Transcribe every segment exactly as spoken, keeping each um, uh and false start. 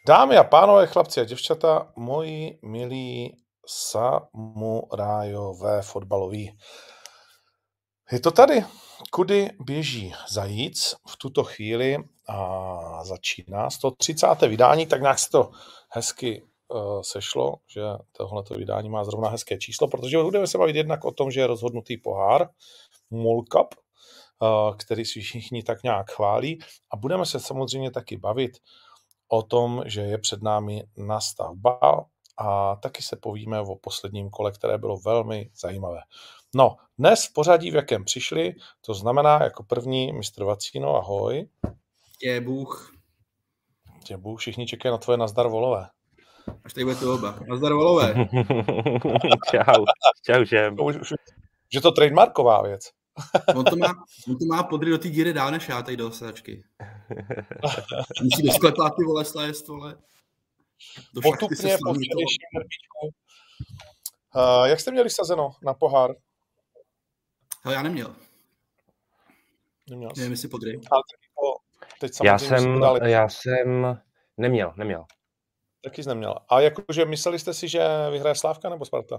Dámy a pánové, chlapci a děvčata, moji milí samurájové fotbaloví. Je to tady, kudy běží zajíc v tuto chvíli a začíná sto třicáté vydání, tak nějak se to hezky uh, sešlo, že tohleto vydání má zrovna hezké číslo, protože budeme se bavit jednak o tom, že je rozhodnutý pohár Mall Cup, uh, který si všichni tak nějak chválí, a budeme se samozřejmě taky bavit o tom, že je před námi nastavba a taky se povíme o posledním kole, které bylo velmi zajímavé. No, dnes v pořadí, v jakém přišli, to znamená jako první mistr Vacíno, ahoj. Je Bůh. Je Bůh, všichni čekají na tvoje nazdar volové. Až tady bude to oba. Nazdar volové. Čau, čau všem. Už, už, že to trademarková věc. On to má, on to má podry do té díry dál než já tady do sedačky. Musí dosklepát ty vole slézt, vole. Do Potupně po včerejším derbíčku. Uh, jak jste měli sazeno na pohár? Hele, já neměl. Neměl jsi. Nevím, jestli podry. Teď já, jsem, já jsem neměl, neměl. Taky jsi neměl. A jakože mysleli jste si, že vyhraje Slávka nebo Sparta?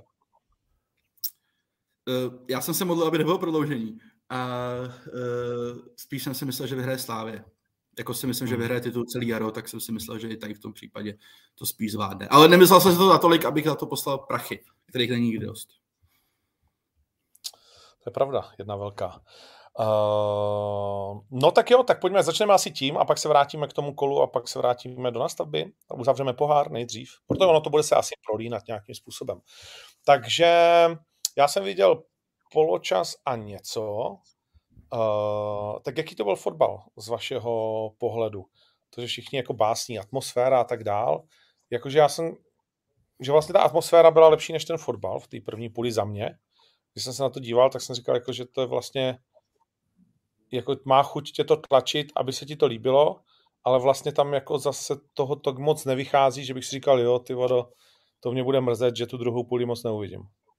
Uh, já jsem se modlil, aby nebylo prodloužení. A uh, spíš jsem si myslel, že vyhraje Slávě. Jako si myslím, že vyhraje titul celý jaro, tak jsem si myslel, že i tady v tom případě to spíš zvládne. Ale nemyslel jsem si to natolik, abych za to poslal prachy, kterých není nikdy dost. To je pravda, jedna velká. Uh, no tak jo, tak pojďme, začneme asi tím a pak se vrátíme k tomu kolu a pak se vrátíme do nastavby a uzavřeme pohár nejdřív, protože ono to bude se asi prolínat nějakým způsobem. Takže já jsem viděl poločas a něco. Uh, tak jaký to byl fotbal z vašeho pohledu? To, že všichni jako básní, atmosféra a tak dál. Jakože já jsem, že vlastně ta atmosféra byla lepší než ten fotbal v té první půli za mě. Když jsem se na to díval, tak jsem říkal, jako, že to je vlastně jako má chuť tě to tlačit, aby se ti to líbilo, ale vlastně tam jako zase toho tak moc nevychází, že bych si říkal, jo, ty vodo, to mě bude mrzet, že tu druhou půli moc neuvidím.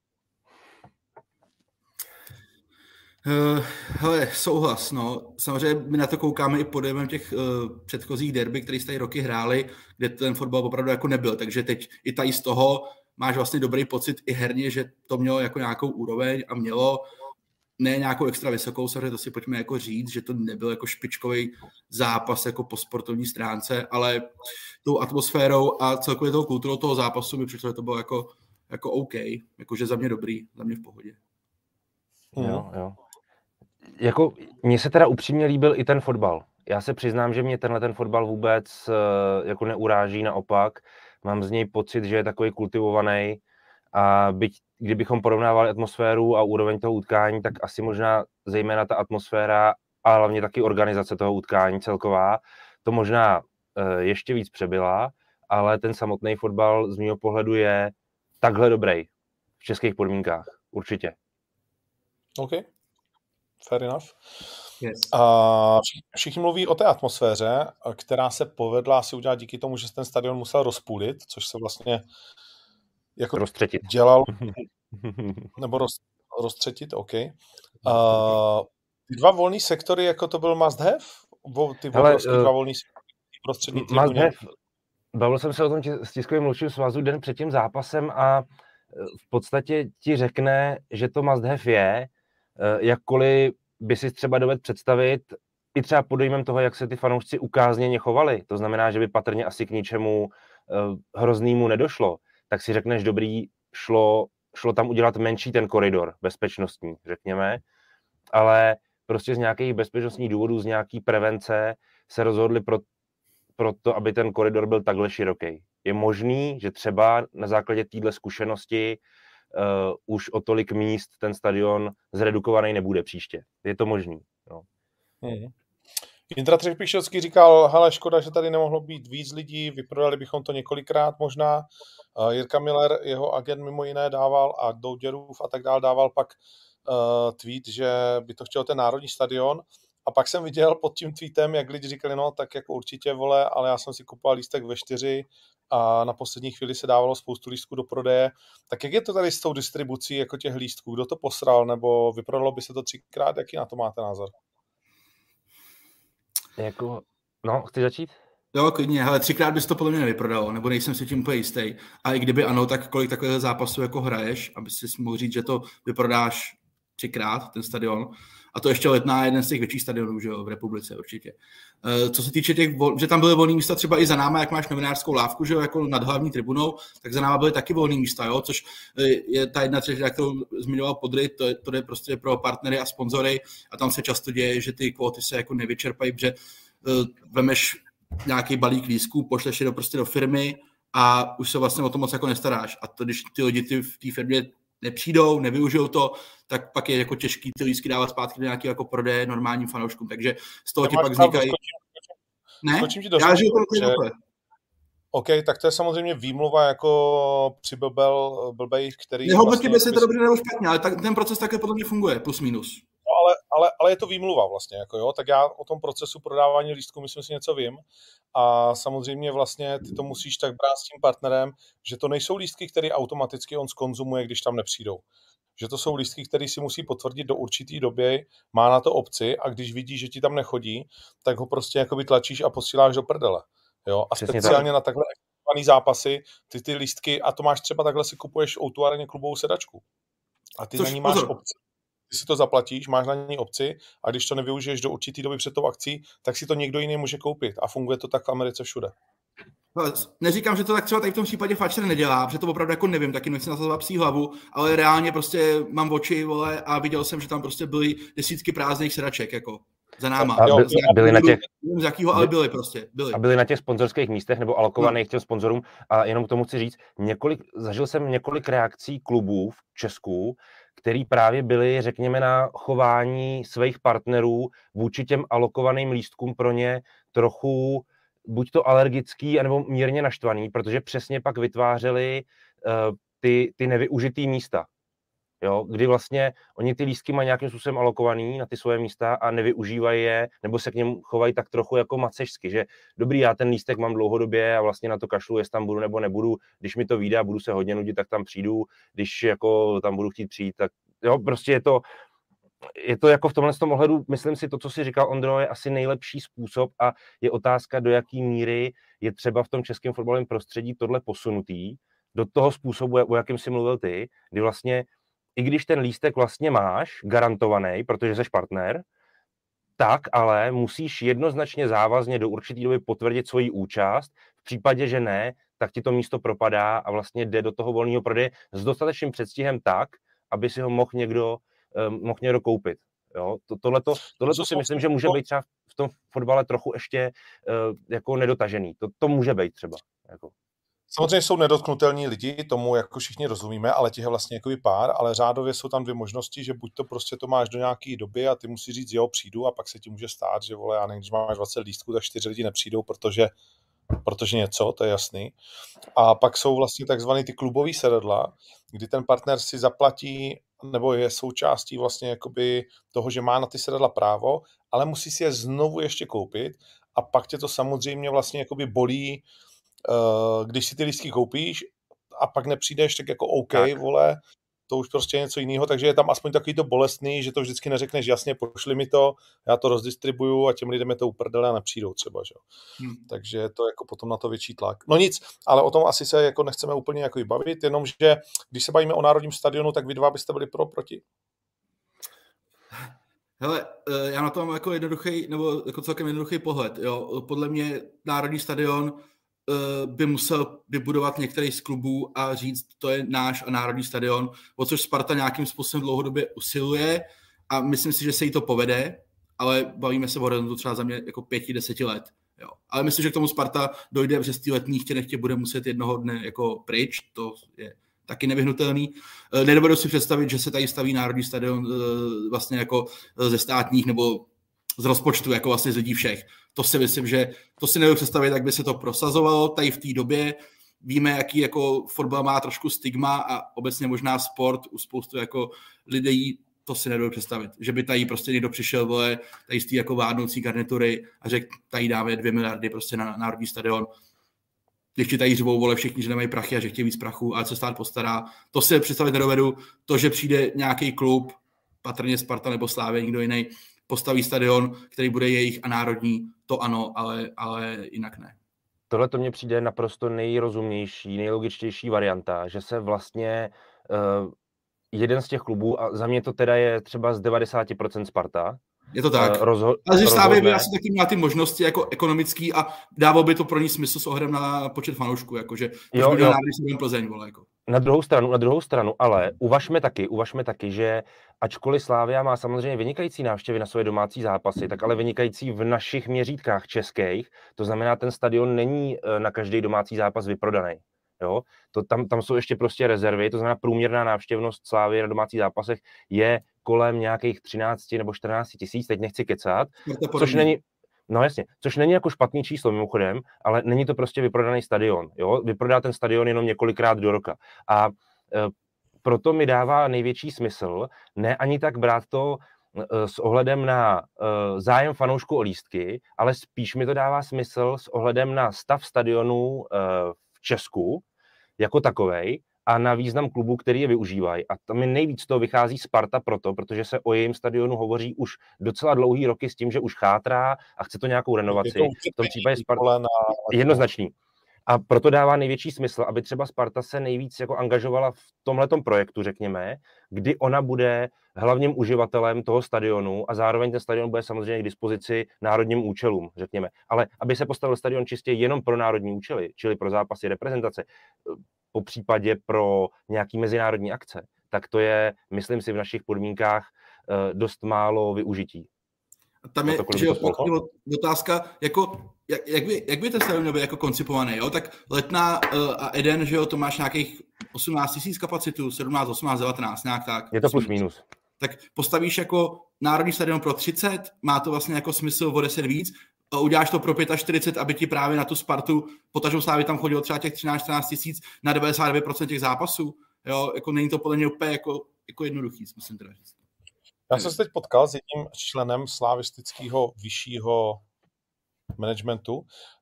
Uh, hele, souhlas, no. Samozřejmě my na to koukáme i pod dojmem těch uh, předchozích derby, které jste tady roky hráli, kde ten fotbal opravdu jako nebyl, takže teď i tady z toho máš vlastně dobrý pocit i herně, že to mělo jako nějakou úroveň a mělo ne nějakou extra vysokou, samozřejmě to si pojďme jako říct, že to nebyl jako špičkový zápas jako po sportovní stránce, ale tou atmosférou a celkově tou kulturou toho zápasu mi přišlo, že to bylo jako, jako OK, jakože za mě dobrý, za mě v pohodě. Jo, jo. Jako, mně se teda upřímně líbil i ten fotbal. Já se přiznám, že mě tenhle ten fotbal vůbec jako neuráží, naopak. Mám z něj pocit, že je takový kultivovaný a byť, kdybychom porovnávali atmosféru a úroveň toho utkání, tak asi možná zejména ta atmosféra a hlavně taky organizace toho utkání celková, to možná ještě víc přebyla, ale ten samotný fotbal z mého pohledu je takhle dobrý v českých podmínkách. Určitě. OK. Fair enough. Yes. Uh, všichni mluví o té atmosféře, která se povedla asi udělat díky tomu, že ten stadion musel rozpůlit, což se vlastně jako roztřetit. dělal, nebo roz, roztřetit, OK. Uh, ty dva volný sektory, jako to byl must have? Ty Hele, uh, dva volný sektory prostřední must have. Bavil jsem se o tom s tiskovým mluvčím svazu den před tím zápasem a v podstatě ti řekne, že to must have je, jakkoliv by si třeba dovedl představit i třeba pod dojmem toho, jak se ty fanoušci ukázněně chovali. To znamená, že by patrně asi k ničemu uh, hroznému nedošlo. Tak si řekneš, dobrý, šlo, šlo tam udělat menší ten koridor bezpečnostní, řekněme, ale prostě z nějakých bezpečnostních důvodů, z nějaký prevence se rozhodli pro, pro to, aby ten koridor byl takhle široký. Je možný, že třeba na základě téhle zkušenosti Uh, už o tolik míst ten stadion zredukovaný nebude příště. Je to možný. No. Hmm. Jindra Třešpišovský říkal, hele, škoda, že tady nemohlo být víc lidí, vyprodali bychom to několikrát možná. Uh, Jirka Miller, jeho agent mimo jiné dával a Douděrův a tak dál dával pak uh, tweet, že by to chtěl ten národní stadion. A pak jsem viděl pod tím tweetem, jak lidi říkali, no tak jako určitě, vole, ale já jsem si kupoval lístek ve čtyři a na poslední chvíli se dávalo spoustu lístků do prodeje. Tak jak je to tady s tou distribucí jako těch lístků? Kdo to posral? Nebo vyprodalo by se to třikrát? Jaký na to máte názor? Jako, no, chceš začít? Jo, klidně, ale třikrát bys to podle mě nevyprodalo, nebo nejsem si tím úplně jistý. A i kdyby ano, tak kolik takových zápasů jako hraješ, aby si mohl říct, že to vyprodáš třikrát, ten stadion. A to ještě Letná jeden z těch větších stadionů, že jo, v republice určitě. E, co se týče těch, že tam byly volné místa třeba i za náma, jak máš novinářskou lávku, že jo, jako nad hlavní tribunou, tak za náma byly taky volné místa, jo, což je ta jedna třetina, kterou zmiňoval Podry, to, je, to je prostě pro partnery a sponzory a tam se často děje, že ty kvóty se jako nevyčerpají, protože uh, vemeš nějaký balík lístků, pošleš je do, prostě do firmy a už se vlastně o to moc jako nestaráš. A to, když ty lidi ty v té firmě nepřijdou, nevyužijou to, tak pak je jako těžký ty lístky dávat zpátky do nějakého jako prodeje normálním fanouškům. Takže z toho ti pak vznikají... Ne? Já žiju to že... OK, tak to je samozřejmě výmluva jako při blbel, blbej, který... Nehodnotím, jestli je to dobře nebo špatně, ale tak, ten proces také podle mě funguje, plus minus. No, ale, ale, ale je to výmluva vlastně, jako jo, tak já o tom procesu prodávání lístků myslím si něco vím a samozřejmě vlastně ty to musíš tak brát s tím partnerem, že to nejsou lístky, které automaticky on skonzumuje, když tam nepřijdou. Že to jsou lístky, které si musí potvrdit do určitý doby, má na to opci a když vidí, že ti tam nechodí, tak ho prostě jakoby tlačíš a posíláš do prdele. Jo? A přesně speciálně tak. Na takhle exponovaný zápasy, ty ty lístky, a to máš třeba takhle si kupuješ o tu areně klubovou sedačku. A ty Což, na ní máš pozor. opci. Ty si to zaplatíš, máš na ní opci a když to nevyužiješ do určitý doby před tou akcí, tak si to někdo jiný může koupit. A funguje to tak v Americe všude. Neříkám, že to tak třeba tady v tom případě Fatcher nedělá, protože to opravdu jako nevím, taky nechci na to psí hlavu, ale reálně prostě mám oči, vole, a viděl jsem, že tam prostě byly desítky prázdných sedaček, jako za náma. A, jo, by, a byli na těch, nevím z jakýho, ale byly prostě. Byly. A byli na těch sponzorských místech nebo alokovaných no. těm sponzorům a jenom k tomu chci říct, několik, zažil jsem několik reakcí klubů v Česku, který právě byly, řekněme, na chování svých partnerů vůči těm alokovaným lístkům pro ně trochu buď to alergický, anebo mírně naštvaný, protože přesně pak vytvářeli uh, ty, ty nevyužitý místa. Jo? Kdy vlastně oni ty lístky mají nějakým způsobem alokovaný na ty svoje místa a nevyužívají je, nebo se k němu chovají tak trochu jako macežsky, že dobrý, já ten lístek mám dlouhodobě a vlastně na to kašlu, jestli tam budu nebo nebudu, když mi to vyjde a budu se hodně nudit, tak tam přijdu, když jako tam budu chtít přijít, tak jo, prostě je to Je to jako v tomhle tom ohledu, myslím si, to, co si říkal Ondro, je asi nejlepší způsob a je otázka, do jaký míry je třeba v tom českém fotbalovém prostředí tohle posunutý do toho způsobu, o jakém si mluvil ty, kdy vlastně, i když ten lístek vlastně máš garantovaný, protože jsi partner, tak ale musíš jednoznačně závazně do určitý doby potvrdit svoji účast. V případě, že ne, tak ti to místo propadá a vlastně jde do toho volného prodeje s dostatečným předstihem tak, aby si ho mohl někdo mohl někdo koupit. Jo? To, tohleto, tohleto si myslím, že může být třeba v tom fotbale trochu ještě uh, jako nedotažený. To, to může být třeba. Jako. Samozřejmě jsou nedotknutelní lidi, tomu jako všichni rozumíme, ale těch je vlastně jako pár, ale řádově jsou tam dvě možnosti, že buď to prostě to máš do nějaké doby a ty musíš říct, jo, přijdu a pak se ti může stát, že vole, já nevím, když máš dvacet lístků, tak čtyři lidi nepřijdou, protože protože něco, to je jasný. A pak jsou vlastně takzvaný ty klubový sedadla, kdy ten partner si zaplatí nebo je součástí vlastně jakoby toho, že má na ty sedadla právo, ale musí si je znovu ještě koupit a pak tě to samozřejmě vlastně jakoby bolí, když si ty lístky koupíš a pak nepřijdeš, tak jako OK, tak. Vole, to už prostě je něco jiného, takže je tam aspoň takový to bolestný, že to vždycky neřekneš jasně, pošli mi to, já to rozdistribuju a těm lidem je to uprdele a nepřijdou třeba, že? Hmm. Takže je to jako potom na to větší tlak. No nic, ale o tom asi se jako nechceme úplně jako bavit, jenomže když se bavíme o národním stadionu, tak vy dva byste byli pro, proti? Hele, já na to mám jako jednoduchý, nebo jako celkem jednoduchý pohled, jo. Podle mě národní stadion by musel vybudovat některý z klubů a říct, to je náš a národní stadion, o což Sparta nějakým způsobem dlouhodobě usiluje a myslím si, že se jí to povede, ale bavíme se o horizontu třeba za mě jako pěti, deseti let. Jo. Ale myslím, že k tomu Sparta dojde, že z té letní chtě nechtě bude muset jednoho dne jako pryč, to je taky nevyhnutelný. Nedovedu si představit, že se tady staví národní stadion vlastně jako ze státních nebo z rozpočtu, jako vlastně z lidí všech. To si myslím, že to si nedovedu představit, jak by se to prosazovalo tady v té době. Víme, jaký jako fotbal má trošku stigma a obecně možná sport u spoustu jako lidí, to si nedovedu představit. Že by tady prostě někdo přišel, vole, tady z té jako vládnoucí garnitury a řekl, tady dáme dvě miliardy prostě na národní stadion. Když ti tady řvou, vole, všichni, že nemají prachy a že chtějí víc prachu, ale co stát postará. To si představit nedovedu. To, že přijde nějaký klub, patrně Sparta nebo Slávě, někdo jiný, postaví stadion, který bude jejich a národní, to ano, ale, ale jinak ne. Tohle to mně přijde naprosto nejrozumnější, nejlogičtější varianta, že se vlastně uh, jeden z těch klubů, a za mě to teda je třeba z devadesát procent Sparta, je to tak. Uh, rozho- ale že Slávě by rozhodne... asi taky měla ty možnosti jako ekonomický a dávalo by to pro ní smysl s ohledem na počet fanoušků, jakože jo, by jo. byl Plzeň, vole, jako. Na druhou stranu, na druhou stranu, ale uvažme taky, uvažme taky, že ačkoliv Slavia má samozřejmě vynikající návštěvy na svoje domácí zápasy, tak ale vynikající v našich měřítkách českých, to znamená, ten stadion není na každý domácí zápas vyprodaný. Jo? To, tam, tam jsou ještě prostě rezervy, to znamená průměrná návštěvnost Slavie na domácích zápasech je kolem nějakých třináct nebo čtrnáct tisíc, teď nechci kecat, což není, no jasně, což není jako špatný číslo mimochodem, ale není to prostě vyprodaný stadion, jo, vyprodá ten stadion jenom několikrát do roka a e, proto mi dává největší smysl, ne ani tak brát to e, s ohledem na e, zájem fanoušků o lístky, ale spíš mi to dává smysl s ohledem na stav stadionu e, v Česku jako takovej, a na význam klubu, který je využívají. A tam mi nejvíc toho vychází Sparta proto, protože se o jejím stadionu hovoří už docela dlouhý roky s tím, že už chátrá a chce to nějakou renovaci. To v tom případě Sparta na... jednoznačný. A proto dává největší smysl, aby třeba Sparta se nejvíc jako angažovala v tomhletom projektu, řekněme, kdy ona bude hlavním uživatelem toho stadionu a zároveň ten stadion bude samozřejmě k dispozici národním účelům, řekněme. Ale aby se postavil stadion čistě jenom pro národní účely, čili pro zápasy reprezentace, po případě pro nějaký mezinárodní akce, tak to je, myslím si, v našich podmínkách dost málo využití. Tam je že otázka, jako, jak, jak, by, jak by ten stadion byl jako koncipovaný, jo? Tak Letná uh, a Eden, že jo, to máš nějakých osmnáct tisíc kapacitu, sedmnáct, osmnáct, devatenáct, nějak tak. Je to plus minus. Tak postavíš jako národní stadion pro třicet, má to vlastně jako smysl o deset víc, a uděláš to pro čtyřicet pět, aby ti právě na tu Spartu, potažnou Slávy tam chodilo třeba těch třináct čtrnáct tisíc na devadesát devět procent těch zápasů, jo, jako není to podle mě úplně jako, jako jednoduchý, musím teda říct. Já jsem se teď potkal s jedním členem slavistického vyššího managementu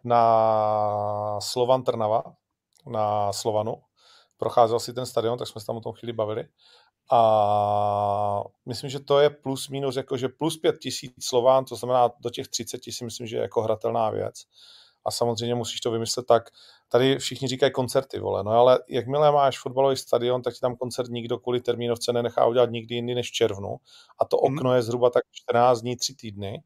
na Slovan Trnava, na Slovanu. Procházel si ten stadion, tak jsme se tam o tom chvíli bavili. A myslím, že to je plus minus, jakože plus pět tisíc Slován, to znamená do těch třicet si myslím, že je jako hratelná věc. A samozřejmě musíš to vymyslet tak, tady všichni říkají koncerty, vole, no ale jakmile máš fotbalový stadion, tak ti tam koncert nikdo kvůli termínovce nenechá udělat nikdy jindy než v červnu. A to okno hmm. je zhruba tak čtrnáct dní, tři týdny.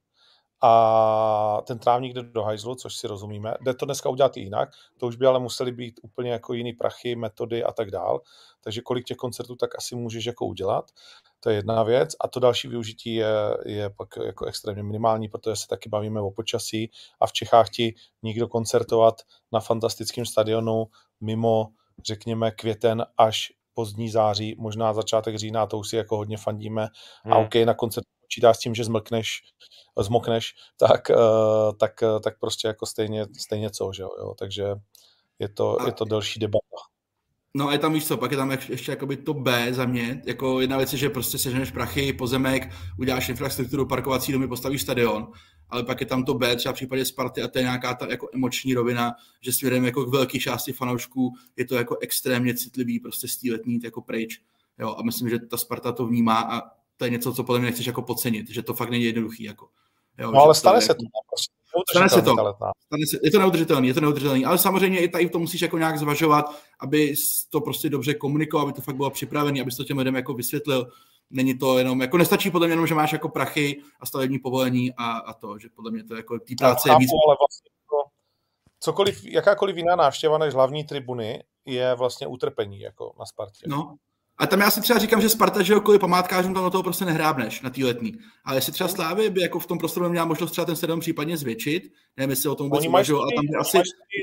A ten trávník jde do hajzlu, což si rozumíme. Jde to dneska udělat i jinak, to už by ale museli být úplně jako jiný prachy, metody a tak dál. Takže kolik těch koncertů tak asi můžeš jako udělat. To je jedna věc. A to další využití je, je pak jako extrémně minimální, protože se taky bavíme o počasí a v Čechách ti nikdo koncertovat na fantastickém stadionu mimo, řekněme, květen až pozdní září, možná začátek října, to už si jako hodně fandíme. Hmm. A OK, na koncert počítáš s tím, že zmlkneš, zmokneš, tak, tak, tak prostě jako stejně, stejně co, že jo, takže je to, je to delší debata. No a je tam, víš co, pak je tam ještě jakoby to B za mě, jako jedna věc je, že prostě seženeš prachy, pozemek, uděláš infrastrukturu, parkovací domy, postavíš stadion, ale pak je tam to B, třeba v případě Sparty a to je nějaká ta jako emoční rovina, že směrem jako k velké části fanoušků je to jako extrémně citlivý, prostě stíletný jako pryč, jo, a myslím, že ta Sparta to vnímá a to je něco, co podle mě nechceš jako podcenit, že to fakt není jednoduchý, jako. Jo, no ale stane se jako... to. Stane se to. Stane se, je to neudržitelný, je to neudržitelný, ale samozřejmě i tady to musíš jako nějak zvažovat, aby to prostě dobře komunikoval, aby to fakt bylo připravený, aby to těm lidem jako vysvětlil. Není to jenom, jako nestačí podle mě jenom, že máš jako prachy a stavební povolení a, a to, že podle mě to jako tý práce no, je víc. Ale vlastně to, cokoliv, jakákoliv jiná návštěva než hlavní tribuny je vlastně utrpení jako na Spartě. No. A tam já si třeba říkám, že Sparta, že kvůli památkářům tam do toho prostě nehrábneš na tý letní. Ale jestli třeba Slávy by jako v tom prostoru měla možnost třeba ten stadion případně zvětšit, nevím, jestli o tom vůbec uvažují, ale tam by asi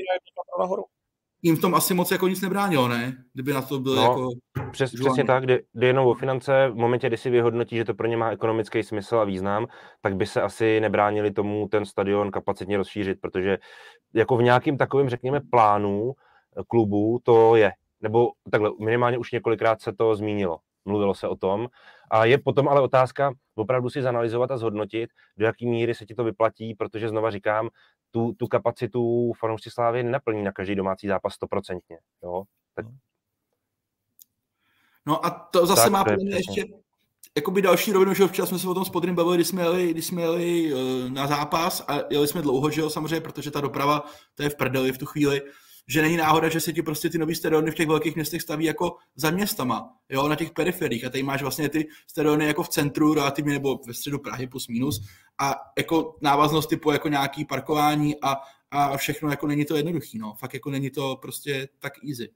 jim v tom asi moc jako nic nebránilo, ne? Kdyby na to bylo no, jako... Přes, přesně tak, kdy, kdy jenom o finance, v momentě, kdy si vyhodnotí, že to pro ně má ekonomický smysl a význam, tak by se asi nebránili tomu ten stadion kapacitně rozšířit, protože jako v nějakým takovým, řekněme, plánu klubu to je. Nebo takhle, minimálně už několikrát se to zmínilo, mluvilo se o tom. A je potom ale otázka opravdu si zanalyzovat a zhodnotit, do jaký míry se ti to vyplatí, protože znova říkám, tu, tu kapacitu fanoušci Slávy nenaplní na každý domácí zápas stoprocentně. Jo? Tak... No a to zase tak, má podle mě ještě, jakoby další rovinu, že včera jsme se o tom s Podrym bavili, když jsme jeli, když jsme jeli uh, na zápas a jeli jsme dlouho, že jo, samozřejmě, protože ta doprava, to je v prdeli v tu chvíli, že není náhoda, že se ti prostě ty nový stadiony v těch velkých městech staví jako za městama, jo, na těch periferiích a tady máš vlastně ty stadiony jako v centru relativně nebo ve středu Prahy plus minus a jako návaznost typu jako nějaký parkování a, a všechno jako není to jednoduchý, no, fakt jako není to prostě tak easy.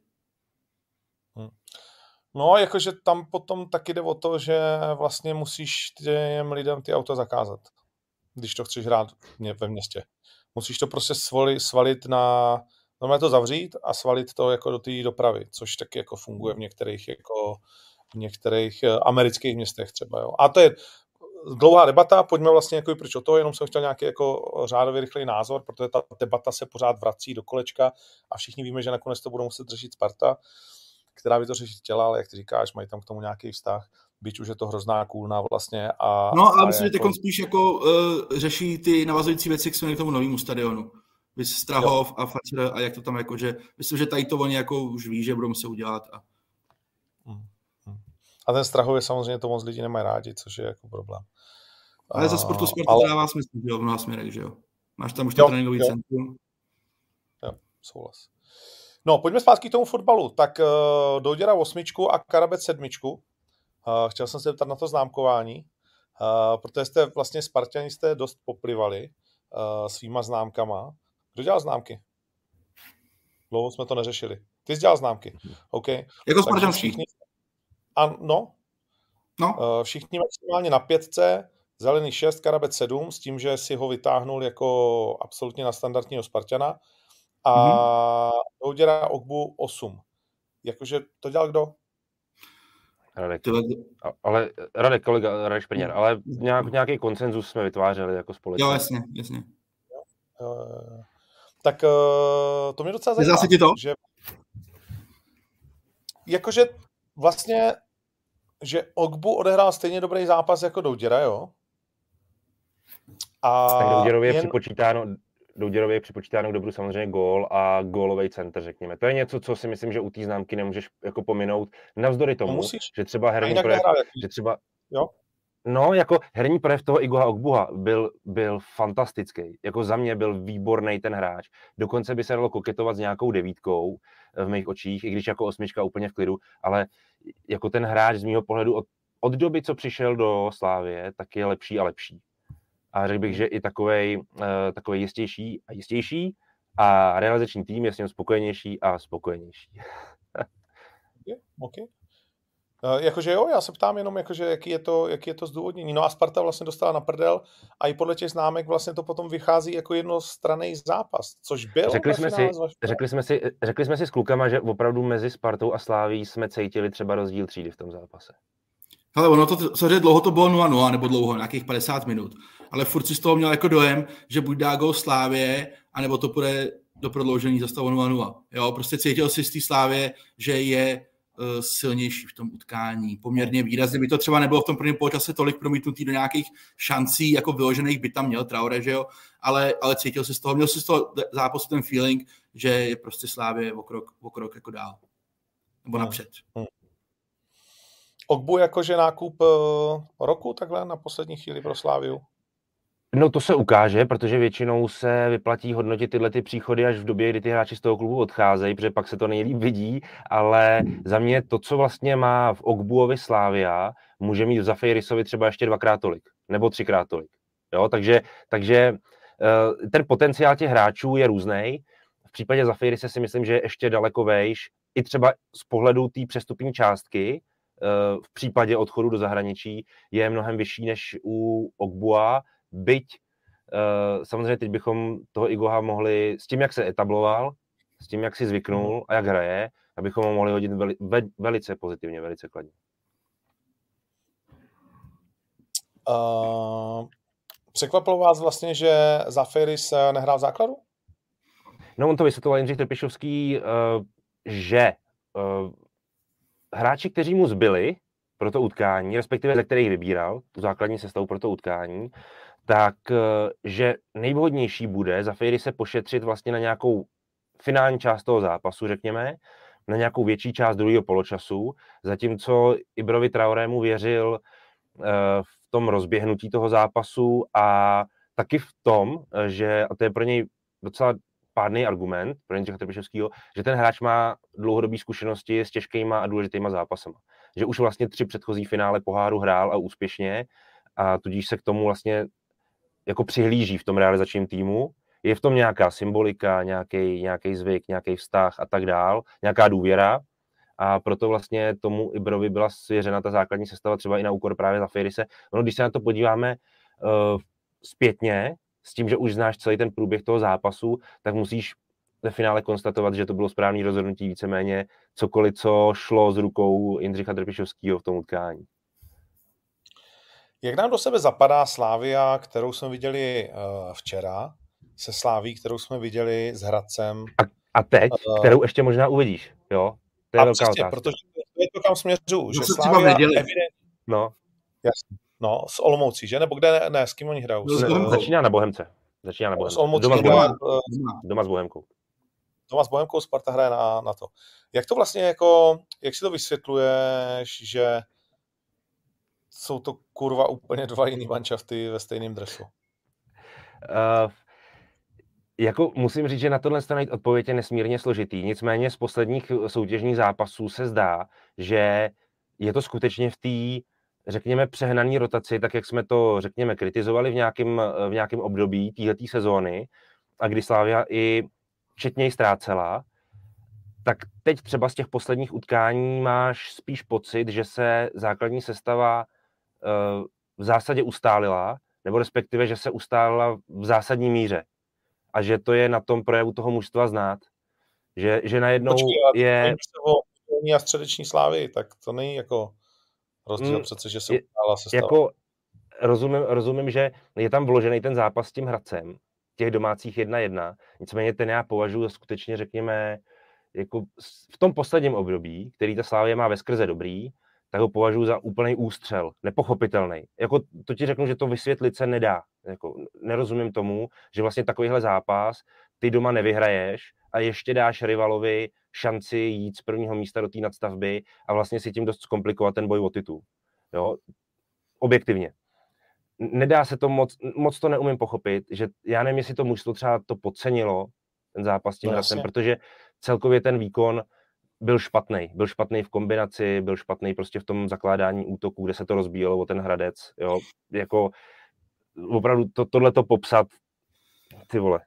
Hmm. No, jakože tam potom taky jde o to, že vlastně musíš těm lidem ty auta zakázat, když to chceš hrát ve městě. Musíš to prostě svali, svalit na, normálně to zavřít a svalit to jako do té dopravy, což taky jako funguje v některých, jako v některých amerických městech třeba. Jo. A to je dlouhá debata, pojďme vlastně jako i proč o to, jenom jsem chtěl nějaký jako řádově rychlý názor, protože ta debata se pořád vrací do kolečka a všichni víme, že nakonec to budou muset řešit Sparta, která by to řešit chtěla, ale jak ty říkáš, mají tam k tomu nějaký vztah, byť už je to hrozná kůlna vlastně. A, no ale myslím, jako... že teď spíš jako uh, řeší ty navazující věci, jak jsme k tomu novému stadionu. Vys Strahov a Facer a jak to tam jako, že myslím, že tady to oni jako už ví, že budou muset udělat. A, hmm. a ten Strahov je samozřejmě to moc lidi nemají rádi, což je jako problém. Ale za sportu Sparta ale... dává smysl, že jo, v mnoha směrech, že jo. Máš tam už to tréninkový centrum. Jo, souhlas. No, pojďme zpátky k tomu fotbalu. Tak uh, Douděra osmičku a Karabec sedmičku. Uh, chtěl jsem se zeptat na to známkování, uh, protože jste vlastně Spartani jste dost poplivali uh, svýma známkama. Kdo dělal známky? Dlouho jsme to neřešili. Ty jsi dělal známky. OK. Jako spartanský. Všichni... Ano. No. Uh, všichni maximálně na pětce, Zelený šest, Karabec sedm, s tím, že si ho vytáhnul jako absolutně na standardního Spartana. A mm-hmm. Douděra Ogbu osm. Jakože to dělal kdo? Radek. Ale Radek, kolega Radek Šprňar, ale nějak, nějaký konsenzus jsme vytvářeli jako společně. Jo, jasně, jasně. Uh, tak uh, to mě docela zajímá. Nezase ti to? Že, jakože vlastně, že Ogbu odehrál stejně dobrý zápas jako Douděra, jo? A tak Douděrově jen... je připočítáno Douděrově je připočítáno k dobru samozřejmě gól a gólový center, řekněme. To je něco, co si myslím, že u té známky nemůžeš jako pominout, navzdory tomu, no že třeba herní projev, že třeba, jo? no, jako herní projev toho Igoha Ogbuha byl, byl fantastický. Jako za mě byl výborný ten hráč. Dokonce by se dalo koketovat s nějakou devítkou v mých očích, i když jako osmička úplně v klidu, ale jako ten hráč z mýho pohledu od, od doby, co přišel do Slavie, tak je lepší a lepší. A řekl bych, že i takovej, uh, takovej jistější a jistější a realizační tým je s ním spokojenější a spokojenější. je, okay. uh, jakože jo, já se ptám jenom, jakože, jaký, je to, jaký je to zdůvodnění. No a Sparta vlastně dostala na prdel a i podle těch známek vlastně to potom vychází jako jednostranný zápas, což byl. Řekli jsme, si, řekli, jsme si, řekli jsme si s klukama, že opravdu mezi Spartou a Slaví jsme cítili třeba rozdíl třídy v tom zápase. Ale ono to, samozřejmě dlouho to bylo nula nula, nebo dlouho, nějakých padesát minut. Ale furt si z toho měl jako dojem, že buď dá gól Slávě, anebo to půjde do prodloužení za stavu nula nula. Jo, prostě cítil si z té Slávě, že je uh, silnější v tom utkání. Poměrně výrazně by to třeba nebylo v tom prvním poločase tolik promítnutý do nějakých šancí, jako vyložených by tam měl Traore, že jo, ale, ale cítil si z toho, měl si z toho zápasu ten feeling, že je prostě Slávě o krok, o krok jako dál. Nebo napřed. Hmm. Ogbu jakože nákup uh, roku takhle na poslední chvíli pro Sláviu? No to se ukáže, protože většinou se vyplatí hodnotit tyhle ty příchody až v době, kdy ty hráči z toho klubu odcházejí, protože pak se to nejlíp vidí, ale za mě to, co vlastně má v Ogbuovi Slavia, může mít v Zafejrisovi třeba ještě dvakrát tolik, nebo třikrát tolik. Jo, takže, takže uh, ten potenciál těch hráčů je různej. V případě Zafejrise si myslím, že je ještě daleko vejš, i třeba z pohledu té přestupní částky, v případě odchodu do zahraničí je mnohem vyšší než u Ogbua, byť samozřejmě teď bychom toho Igoha mohli s tím, jak se etabloval, s tím, jak si zvyknul a jak hraje, abychom ho mohli hodit veli, ve, velice pozitivně, velice kladně. Uh, překvapilo vás vlastně, že Zafiris nehrál v základu? No on to vysvětloval Jindřich Trpišovský, uh, že uh, hráči, kteří mu zbyli pro to utkání, respektive ze kterých vybíral tu základní sestavu pro to utkání, tak že nejvhodnější bude Zafejry se pošetřit vlastně na nějakou finální část toho zápasu, řekněme, na nějakou větší část druhého poločasu, zatímco Ibrovi Traorému věřil v tom rozběhnutí toho zápasu a taky v tom, že, a to je pro něj docela pádný argument, pro Jindřicha Trpišovského, že ten hráč má dlouhodobé zkušenosti s těžkýma a důležitýma zápasama. Že už vlastně tři předchozí finále poháru hrál a úspěšně a tudíž se k tomu vlastně jako přihlíží v tom realizačním týmu. Je v tom nějaká symbolika, nějaký, nějaký zvyk, nějaký vztah a tak dál, nějaká důvěra. A proto vlastně tomu Ibrovi byla svěřena ta základní sestava třeba i na úkor právě Zafirise. Ono, když se na to podíváme uh, zpětně, s tím, že už znáš celý ten průběh toho zápasu, tak musíš ve finále konstatovat, že to bylo správné rozhodnutí víceméně cokoliv, co šlo z rukou Jindřicha Trpišovského v tom utkání. Jak nám do sebe zapadá Slavia, kterou jsme viděli uh, včera, se Slaví, kterou jsme viděli s Hradcem. A, a teď, uh, kterou ještě možná uvidíš, jo? To je a velká přesně, otázka. protože to je to, kam směřuju, že se Slavia evidentně... No. Jasně. No, s Olomoucí, že? Nebo kde, ne, ne s kým oni hrajou? No, začíná na Bohemce. Začíná na Bohemce. S Olomoucí doma, s doma, Bohemkou. doma s Bohemkou. Doma s Bohemkou, Sparta hraje na, na to. Jak to vlastně jako, jak si to vysvětluješ, že jsou to kurva úplně dva jiný manšafty ve stejném dresu? Uh, jako musím říct, že na tohle najít odpověď je nesmírně složitý. Nicméně z posledních soutěžních zápasů se zdá, že je to skutečně v té, řekněme, přehnaný rotaci, tak jak jsme to, řekněme, kritizovali v nějakém, v nějakém období téhletý sezóny a kdy Slavia i četněji ztrácela, tak teď třeba z těch posledních utkání máš spíš pocit, že se základní sestava uh, v zásadě ustálila, nebo respektive, že se ustálila v zásadní míře. A že to je na tom projevu toho mužstva znát. Že, že najednou Počkej, je... a středeční Slávy, tak to není jako rozdíl mm, přece, že se ustála sestava. Jako rozumím, rozumím, že je tam vložený ten zápas s tím Hradcem, těch domácích jedna jedna. Nicméně ten já považuji skutečně, řekněme, jako v tom posledním období, který ta Slavia má veskrze dobrý, tak ho považuji za úplný ústřel, nepochopitelný. Jako to ti řeknu, že to vysvětlit se nedá. Jako, nerozumím tomu, že vlastně takovýhle zápas ty doma nevyhraješ a ještě dáš rivalovi šanci jít z prvního místa do té nadstavby a vlastně si tím dost zkomplikovat ten boj o titul. Jo? Objektivně. Nedá se to moc, moc to neumím pochopit, že já nevím, jestli to mužstvo třeba to podcenilo, ten zápas s tím Hradcem, no, protože celkově ten výkon byl špatný. Byl špatný v kombinaci, byl špatný prostě v tom zakládání útoku, kde se to rozbíjelo o ten Hradec. Jo? Jako opravdu to, tohleto popsat, ty vole.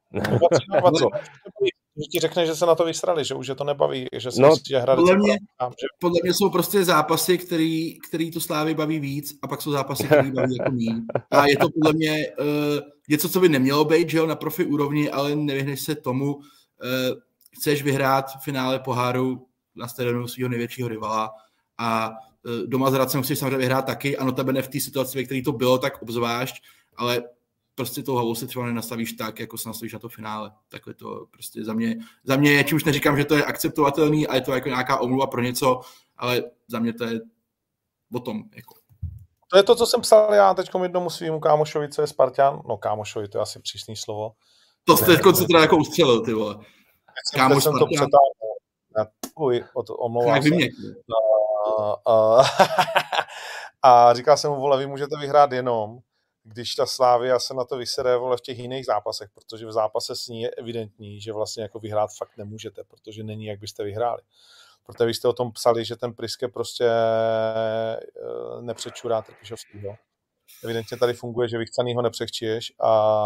Že ti řekne, že se na to vysrali, že už je to nebaví, že se no, myslí, že Hradec... Podle mě, prám, že... podle mě jsou prostě zápasy, který, který tu Slávy baví víc a pak jsou zápasy, který baví jako míň. A je to podle mě uh, něco, co by nemělo být, že jo, na profi úrovni, ale nevyhneš se tomu. Uh, chceš vyhrát v finále poháru na stadionu svého největšího rivala a uh, doma s Hradcem chceš samozřejmě vyhrát taky a notabene v té situaci, ve které to bylo, tak obzvlášť, ale prostě tou hlavou si třeba nenastavíš tak, jako se nastavíš na to finále. Takhle to prostě za mě, za mě, či už neříkám, že to je akceptovatelný a je to jako nějaká omluva pro něco, ale za mě to je o tom. Jako. To je to, co jsem psal já teďkom jednomu svýmu kámošovi, co je Spartan. No kámošovi, to je asi přísný slovo. To jste jako se teda jako ustřelil, ty vole. Kámoš jsem to přetáhl. Uj, omlouvám se. A, a, a říkal jsem mu, vole, vy můžete vyhrát jenom, když ta Slavia se na to vysere, vole, v těch jiných zápasech, protože v zápase s ní je evidentní, že vlastně jako vyhrát fakt nemůžete, protože není, jak byste vyhráli. Protože vy jste o tom psali, že ten Priske prostě nepřečurá Trpišovskýho. Evidentně tady funguje, že vychcanýho nepřechčiješ a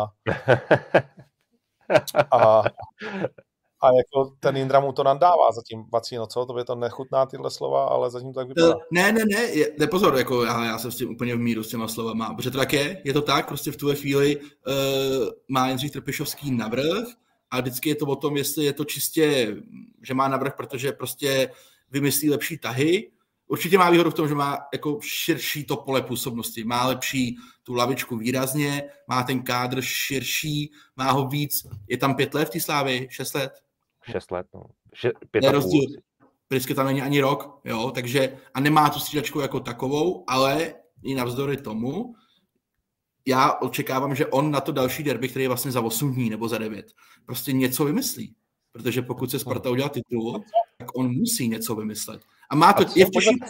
a a jako ten Jindra mu to nadává zatím, Vacíno, co? To by to nechutná tyhle slova, ale zatím to tak vypadá. Ne, ne, ne, je, ne pozor, jako já, já jsem s tím úplně v míru s těma slovama, protože to tak je, je to tak, prostě v tuhle chvíli uh, má Jindřich Trpišovský navrch a vždycky je to o tom, jestli je to čistě, že má navrch, protože prostě vymyslí lepší tahy. Určitě má výhodu v tom, že má jako širší to pole působnosti, má lepší tu lavičku výrazně, má ten kádr širší, má ho víc, je tam pět let v té Slávii, šest let? Šest let, no. Še, pět a půl. Vždycky tam není ani rok, jo, takže a nemá tu střídačku jako takovou, ale i navzdory tomu já očekávám, že on na to další derby, který je vlastně za osm dní nebo za devět, prostě něco vymyslí. Protože pokud se Sparta udělá titul, tak on musí něco vymyslet. A má to, a je v těžší,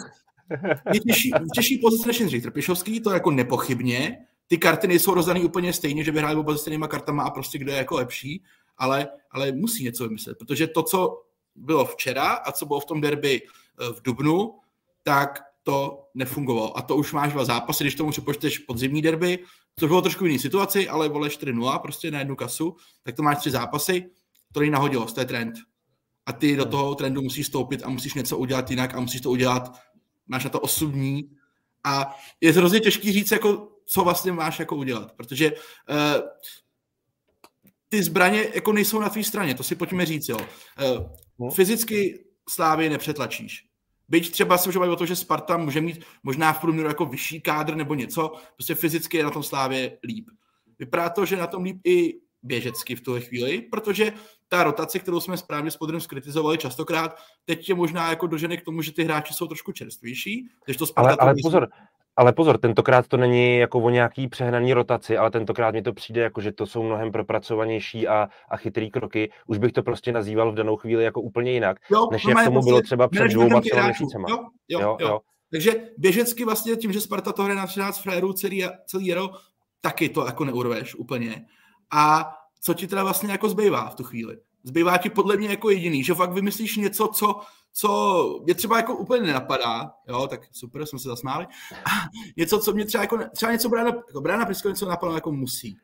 je těžší, těžší pozice než Jindřich Trpišovský, to jako nepochybně. Ty karty nejsou rozdaný úplně stejně, že by hráli oba se stejnýma kartama a prostě kdo je jako lepší, ale, ale musí něco vymyslet, protože to, co bylo včera a co bylo v tom derby v dubnu, tak to nefungovalo. A to už máš dva zápasy, když tomu připočteš podzimní derby, což bylo trošku jiný situaci, ale vole čtyři nula prostě na jednu kasu, tak to máš tři zápasy, to není nahodilo, to je trend. A ty do toho trendu musíš stoupit a musíš něco udělat jinak a musíš to udělat, máš na to osm dní a je hrozně těžký říct, jako, co vlastně máš jako udělat, protože uh, ty zbraně jako nejsou na tvý straně, to si pojďme říct, jo. Uh, fyzicky Slávy nepřetlačíš. Byť třeba se může bavit o tom, že Sparta může mít možná v průměru jako vyšší kádr nebo něco, prostě fyzicky je na tom Slávě líp. Vypadá to, že na tom líp i běžecky v tuhle chvíli, protože ta rotace, kterou jsme správně s Podrym skritizovali častokrát, teď je možná jako dožene k tomu, že ty hráči jsou trošku čerstvější. To Sparta ale ale pozor, ale pozor, tentokrát to není jako o nějaký přehnaný rotaci, ale tentokrát mi to přijde jako, že to jsou mnohem propracovanější a, a chytrý kroky. Už bych to prostě nazýval v danou chvíli jako úplně jinak, jo, než jak tomu prostě bylo třeba před dvouma třeba měsícema. Jo, jo, jo, jo. Takže běžecky vlastně tím, že Sparta to hraje na třináct frérů celý, celý jaro, taky to jako neurveš úplně. A co ti teda vlastně jako zbývá v tu chvíli? Zbývá ti podle mě jako jediný, že fakt vymyslíš něco, co, co mě třeba jako úplně nenapadá, jo, tak super, jsme se zasmáli. Něco, co mě třeba jako, třeba něco Brana, jako Brana Prisko něco napadlo jako musí.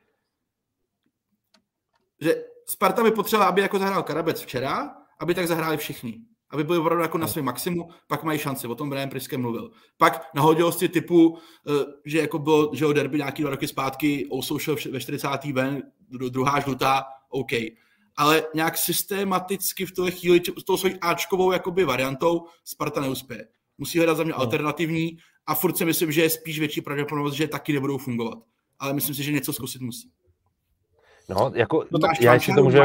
Že Sparta by potřebovala, aby jako zahrál Karabec včera, aby tak zahráli všichni. Aby byli opravdu jako na svém maximu, pak mají šanci, o tom Brian Priske mluvil. Pak na hodilosti typu, že jako bylo, že o derby nějaký dva roky zpátky, Ousou šel ve čtyřicátý ven, druhá žlutá, OK. Ale nějak systematicky v tuhle chvíli s tou svojí áčkovou jakoby variantou Sparta neuspěje. Musí hledat za mě no. alternativní a furt si myslím, že je spíš větší pravděpodobnost, že taky nebudou fungovat. Ale myslím si, že něco zkusit musí. No, jako, no, já si to můžu...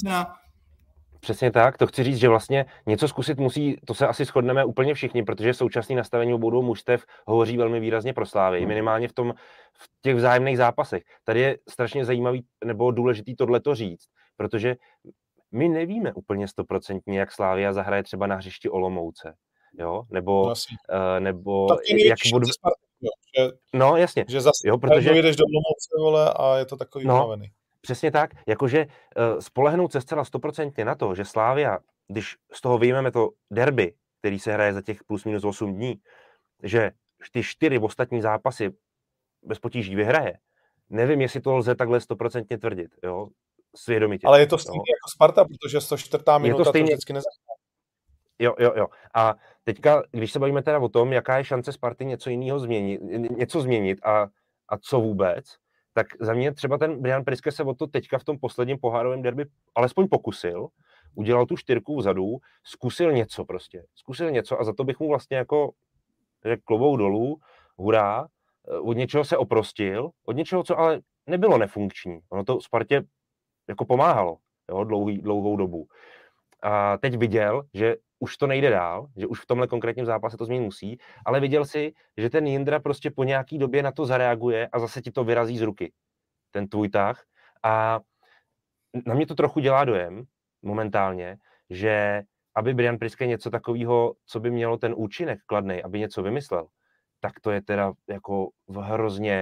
Přesně tak, to chci říct, že vlastně něco zkusit musí, to se asi shodneme úplně všichni, protože současné nastavení obou dvou mužstev hovoří velmi výrazně pro Slávy, minimálně v, tom, v těch vzájemných zápasech. Tady je strašně zajímavý nebo důležitý tohleto říct, protože my nevíme úplně stoprocentně, jak Slavia zahraje třeba na hřišti Olomouce, jo, nebo, uh, nebo jak budu... Že, no jasně, že zase jo, protože jedeš do Olomouce, vole, a je to takový no, unavený. Přesně tak, jakože uh, spolehnout se zcela stoprocentně na to, že Slavia, když z toho vyjmeme to derby, který se hraje za těch plus minus osm dní, že ty čtyři ostatní zápasy bez potíží vyhraje, nevím, jestli to lze takhle stoprocentně tvrdit, jo, svědomitě. Ale je to stejně jo. jako Sparta, protože sto čtvrtá minuta to, stejně... to vždycky nezahrá. Jo, jo, jo. A teďka, když se bavíme teda o tom, jaká je šance Sparty něco jiného změnit, něco změnit a, a co vůbec, tak za mě třeba ten Brian Priske se o to teďka v tom posledním pohárovém derby alespoň pokusil, udělal tu čtyřku vzadu, zkusil něco prostě, zkusil něco a za to bych mu vlastně jako řekl klobouk dolů, hurá, od něčeho se oprostil, od něčeho, co ale nebylo nefunkční. Ono to Spartě jako pomáhalo, jo, dlouhý, dlouhou dobu. A teď viděl, že už to nejde dál, že už v tomhle konkrétním zápase to změnit musí, ale viděl si, že ten Jindra prostě po nějaký době na to zareaguje a zase ti to vyrazí z ruky, ten tvůj tah. A na mě to trochu dělá dojem momentálně, že aby Brian Priske něco takového, co by mělo ten účinek kladnej, aby něco vymyslel, tak to je teda jako v hrozně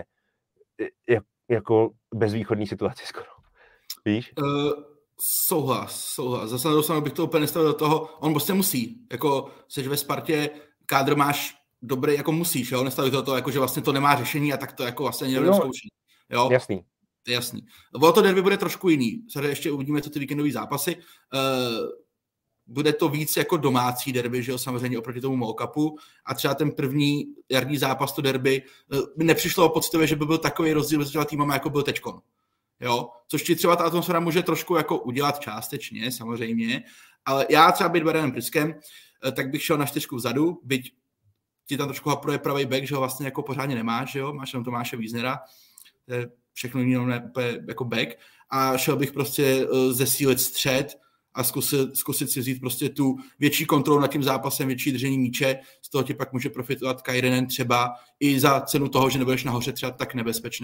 jako bezvýchodný situaci skoro. Víš? Uh... Souhlas, souhlas. Zase na druhou stranu bych to úplně nestavil do toho, on prostě musí. Jako seš ve Spartě, kádr máš dobrý, jako musíš, jo? Nestavit to toho, jako že vlastně to nemá řešení a tak to jako vlastně někdo no, zkouší. Jo? Jasný. To je jasný. Bylo to derby bude trošku jiný. Samozřejmě ještě uvidíme, co ty víkendové zápasy. Uh, bude to víc jako domácí derby, že jo, samozřejmě oproti tomu Mall Cupu. A třeba ten první jarní zápas, to derby, uh, nepřišlo pocitově, že by byl takový rozdíl mezi těma týmama, jako byl teďkon. Jo, což ti třeba ta atmosféra může trošku jako udělat částečně, samozřejmě, ale já třeba být Brianem Priskem, tak bych šel na čtyřku vzadu, byť ti tam trošku hapruje pravý back, že ho vlastně jako pořádně nemáš, že jo, máš tam Tomáše Wiesnera, všechno jiného ne, jako back, a šel bych prostě zesílit střed a zkusit, zkusit si vzít prostě tu větší kontrolu nad tím zápasem, větší držení míče, z toho ti pak může profitovat Kairinen třeba i za cenu toho, že nebudeš nahoře třeba tak nebezpečný.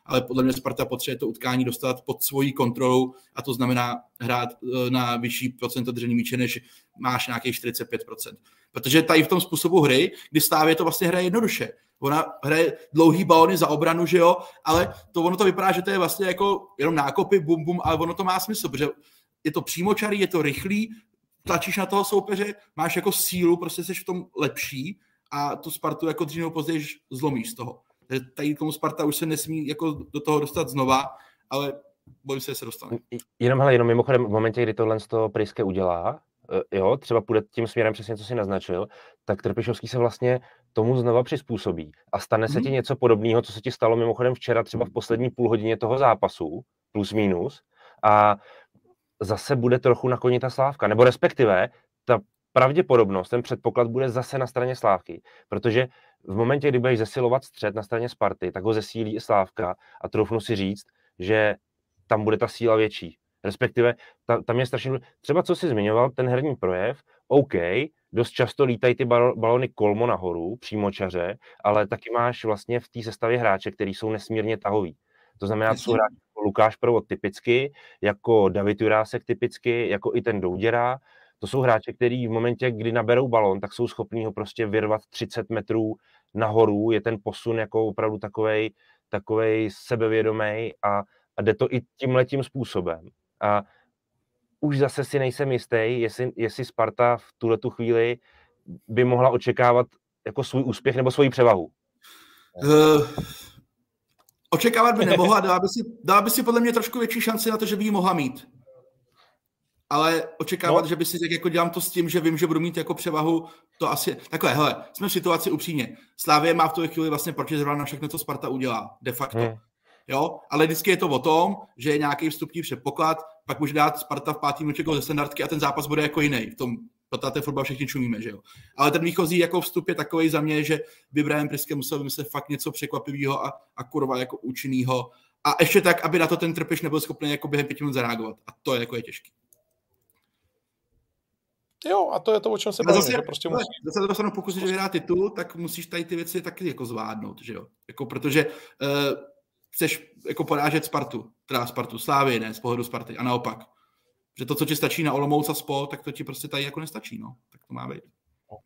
ale podle mě Sparta potřebuje to utkání dostat pod svojí kontrolou a to znamená hrát na vyšší procento držení míče, než máš nějakých čtyřicet pět procent. Protože tady v tom způsobu hry, kdy Slávě to vlastně hraje jednoduše. Ona hraje dlouhý balony za obranu, že jo, ale to ono to vypadá, že to je vlastně jako jenom nákopy, bum, bum, ale ono to má smysl, protože je to přímočarý, je to rychlý, tlačíš na toho soupeře, máš jako sílu, prostě jsi v tom lepší a tu Spartu jako dřív nebo později zlomíš z toho. Takže tady tomu Sparta už se nesmí jako do toho dostat znova, ale bojím se, že se dostane. Jenom, hele, jenom mimochodem v momentě, kdy tohle z toho Priske udělá, jo, třeba půjde tím směrem přesně, co si naznačil, tak Trpišovský se vlastně tomu znova přizpůsobí a stane se hmm. ti něco podobného, co se ti stalo mimochodem včera třeba v poslední půl hodině toho zápasu, plus minus, a zase bude trochu na koni ta Slávka, nebo respektive ta pravděpodobnost, ten předpoklad bude zase na straně Slávky, protože v momentě, kdy budeš zesilovat střed na straně Sparty, tak ho zesílí i Slávka a troufnu si říct, že tam bude ta síla větší. Respektive ta, tam je strašně... Třeba co jsi zmiňoval, ten herní projev, OK, dost často lítají ty balony kolmo nahoru, přímočaře, ale taky máš vlastně v té sestavě hráče, který jsou nesmírně tahový. To znamená, co hráč jako Lukáš Provod typicky, jako David Jurásek typicky, jako i ten Douděra. To jsou hráči, kteří v momentě, kdy naberou balon, tak jsou schopní ho prostě vyrvat třicet metrů nahoru. Je ten posun jako opravdu takovej, takovej sebevědomý a, a jde to i tímhletím způsobem. A už zase si nejsem jistý, jestli, jestli Sparta v tuhletu chvíli by mohla očekávat jako svůj úspěch nebo svoji převahu. Uh, očekávat by nemohla, dala by, si, dala by si podle mě trošku větší šanci na to, že by ji mohla mít. Ale očekávat, no. že by si řekl, jako dělám to s tím, že vím, že budu mít jako převahu, to asi... Takhle, hele, jsme v situaci upřímně. Slávie má v tu chvíli vlastně protizrva na všechno, co Sparta udělá, de facto. Hmm. Jo, ale vždycky je to o tom, že je nějaký vstupní předpoklad, pak může dát Sparta v pátý minutě gól ze standardky a ten zápas bude jako jiný. V tom protože fotbal všichni čumíme, že jo. Ale ten výchozí jako vstup je takovej za mě, že by Brian Priske musel vymyslet fakt něco překvapivého a, a kurva jako účinnýho. A ještě tak, aby na to ten Trpiš nebyl schopný jako během pěti minut zareagovat. A to je jako je těžký. Jo, a to je to, o čem se bavíme, že prostě musí... Zase to dostanu, pokud si vyhrát titul, tak musíš tady ty věci taky jako zvládnout, že jo. Jako protože uh, chceš jako porážet Spartu, teda Spartu, Slávy, ne, z pohledu Sparty, a naopak. Že to, co ti stačí na Olomouc a spol, tak to ti prostě tady jako nestačí, no. Tak to má být.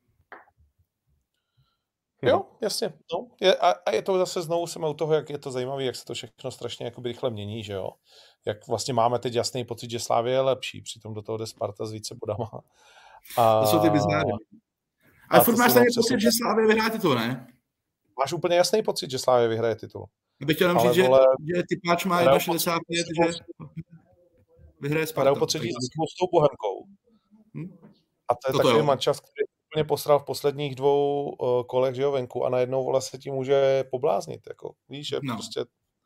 Jo, jasně. No. Je, a, a je to zase znovu jsem u toho, jak je to zajímavé, jak se to všechno strašně jakoby rychle mění, že jo. Jak vlastně máme teď jasný pocit, že Slavia je lepší, přitom do toho jde Sparta s více bodama. A, to jsou ty biznáry. Ale furt máš tady pocit, že Slavia vyhraje titul, ne? Máš úplně jasný pocit, že Slavia vyhraje titul. Já bych chtěl jenom říct, vole, že, že typáč má jedna šedesát pět, že vyhraje Sparta. Hrajou po třetí s tou Bohemkou. Hm? A to je to takový mančas, který úplně posral v posledních dvou uh, kolech, že jo, venku a najednou vole se tím může pobláznit, jako, víš, že no. prostě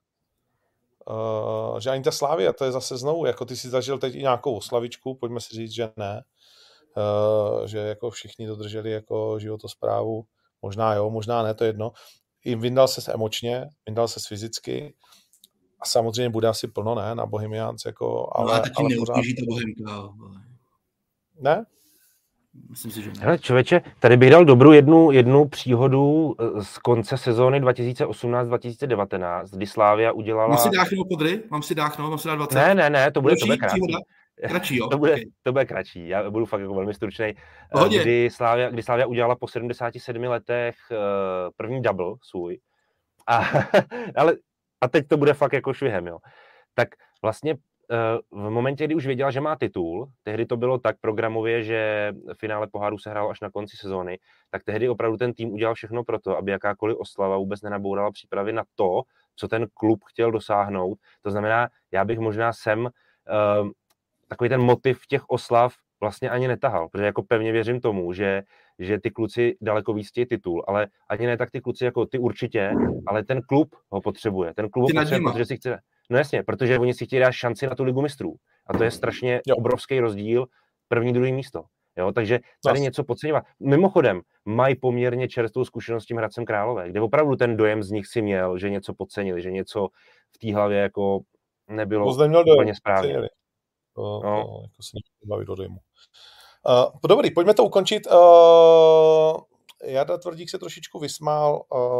uh, že ani ta Slavia, to je zase znovu, jako ty si zažil teď i nějakou oslavičku, pojďme si říct, že ne, uh, že jako všichni dodrželi jako životosprávu, možná jo, možná ne, to je jedno, jim vyndal se emočně, vyndal se fyzicky a samozřejmě bude asi plno, ne, na Bohemians, jako, ale, no, ale pořád... ta Bohemka. Ne? Myslím si, že ne. Hele, člověče, tady bych dal dobrou jednu, jednu příhodu z konce sezóny dva tisíce osmnáct dva tisíce devatenáct, kdy Slávia udělala... Mám si dáchnout podry? Mám si dáchnout? Mám si dát dvacet? Ne, ne, ne, to bude, to bude kratší. Kratší, jo? To bude, okay. to bude kratší, já budu fakt jako velmi stručnej. Kdy Slávia, kdy Slávia udělala po sedmdesáti sedmi letech první double svůj. A, ale, a teď to bude fakt jako švihem, jo. Tak vlastně v momentě, kdy už věděla, že má titul, tehdy to bylo tak programově, že finále poháru se hrálo až na konci sezóny, tak tehdy opravdu ten tým udělal všechno pro to, aby jakákoliv oslava vůbec nenabourala přípravy na to, co ten klub chtěl dosáhnout. To znamená, já bych možná sem uh, takový ten motiv těch oslav vlastně ani netahal, protože jako pevně věřím tomu, že, že ty kluci daleko víc chtějí titul, ale ani ne tak ty kluci jako ty určitě, ale ten klub ho potřebuje. Ten klub ho potřebuje, protože si chce... No jasně, protože oni si chtějí dát šanci na tu ligu mistrů. A to je strašně jo. obrovský rozdíl první, druhý místo. Jo, takže tady Zas. něco podceňovat. Mimochodem, mají poměrně čerstvou zkušenost s tím Hradcem Králové, kde opravdu ten dojem z nich si měl, že něco podcenili, že něco v té hlavě jako nebylo úplně správně. To, no. to, jako se baví do dojmu. Uh, dobrý, pojďme to ukončit. Uh, Jarda Tvrdík se trošičku vysmál. Uh,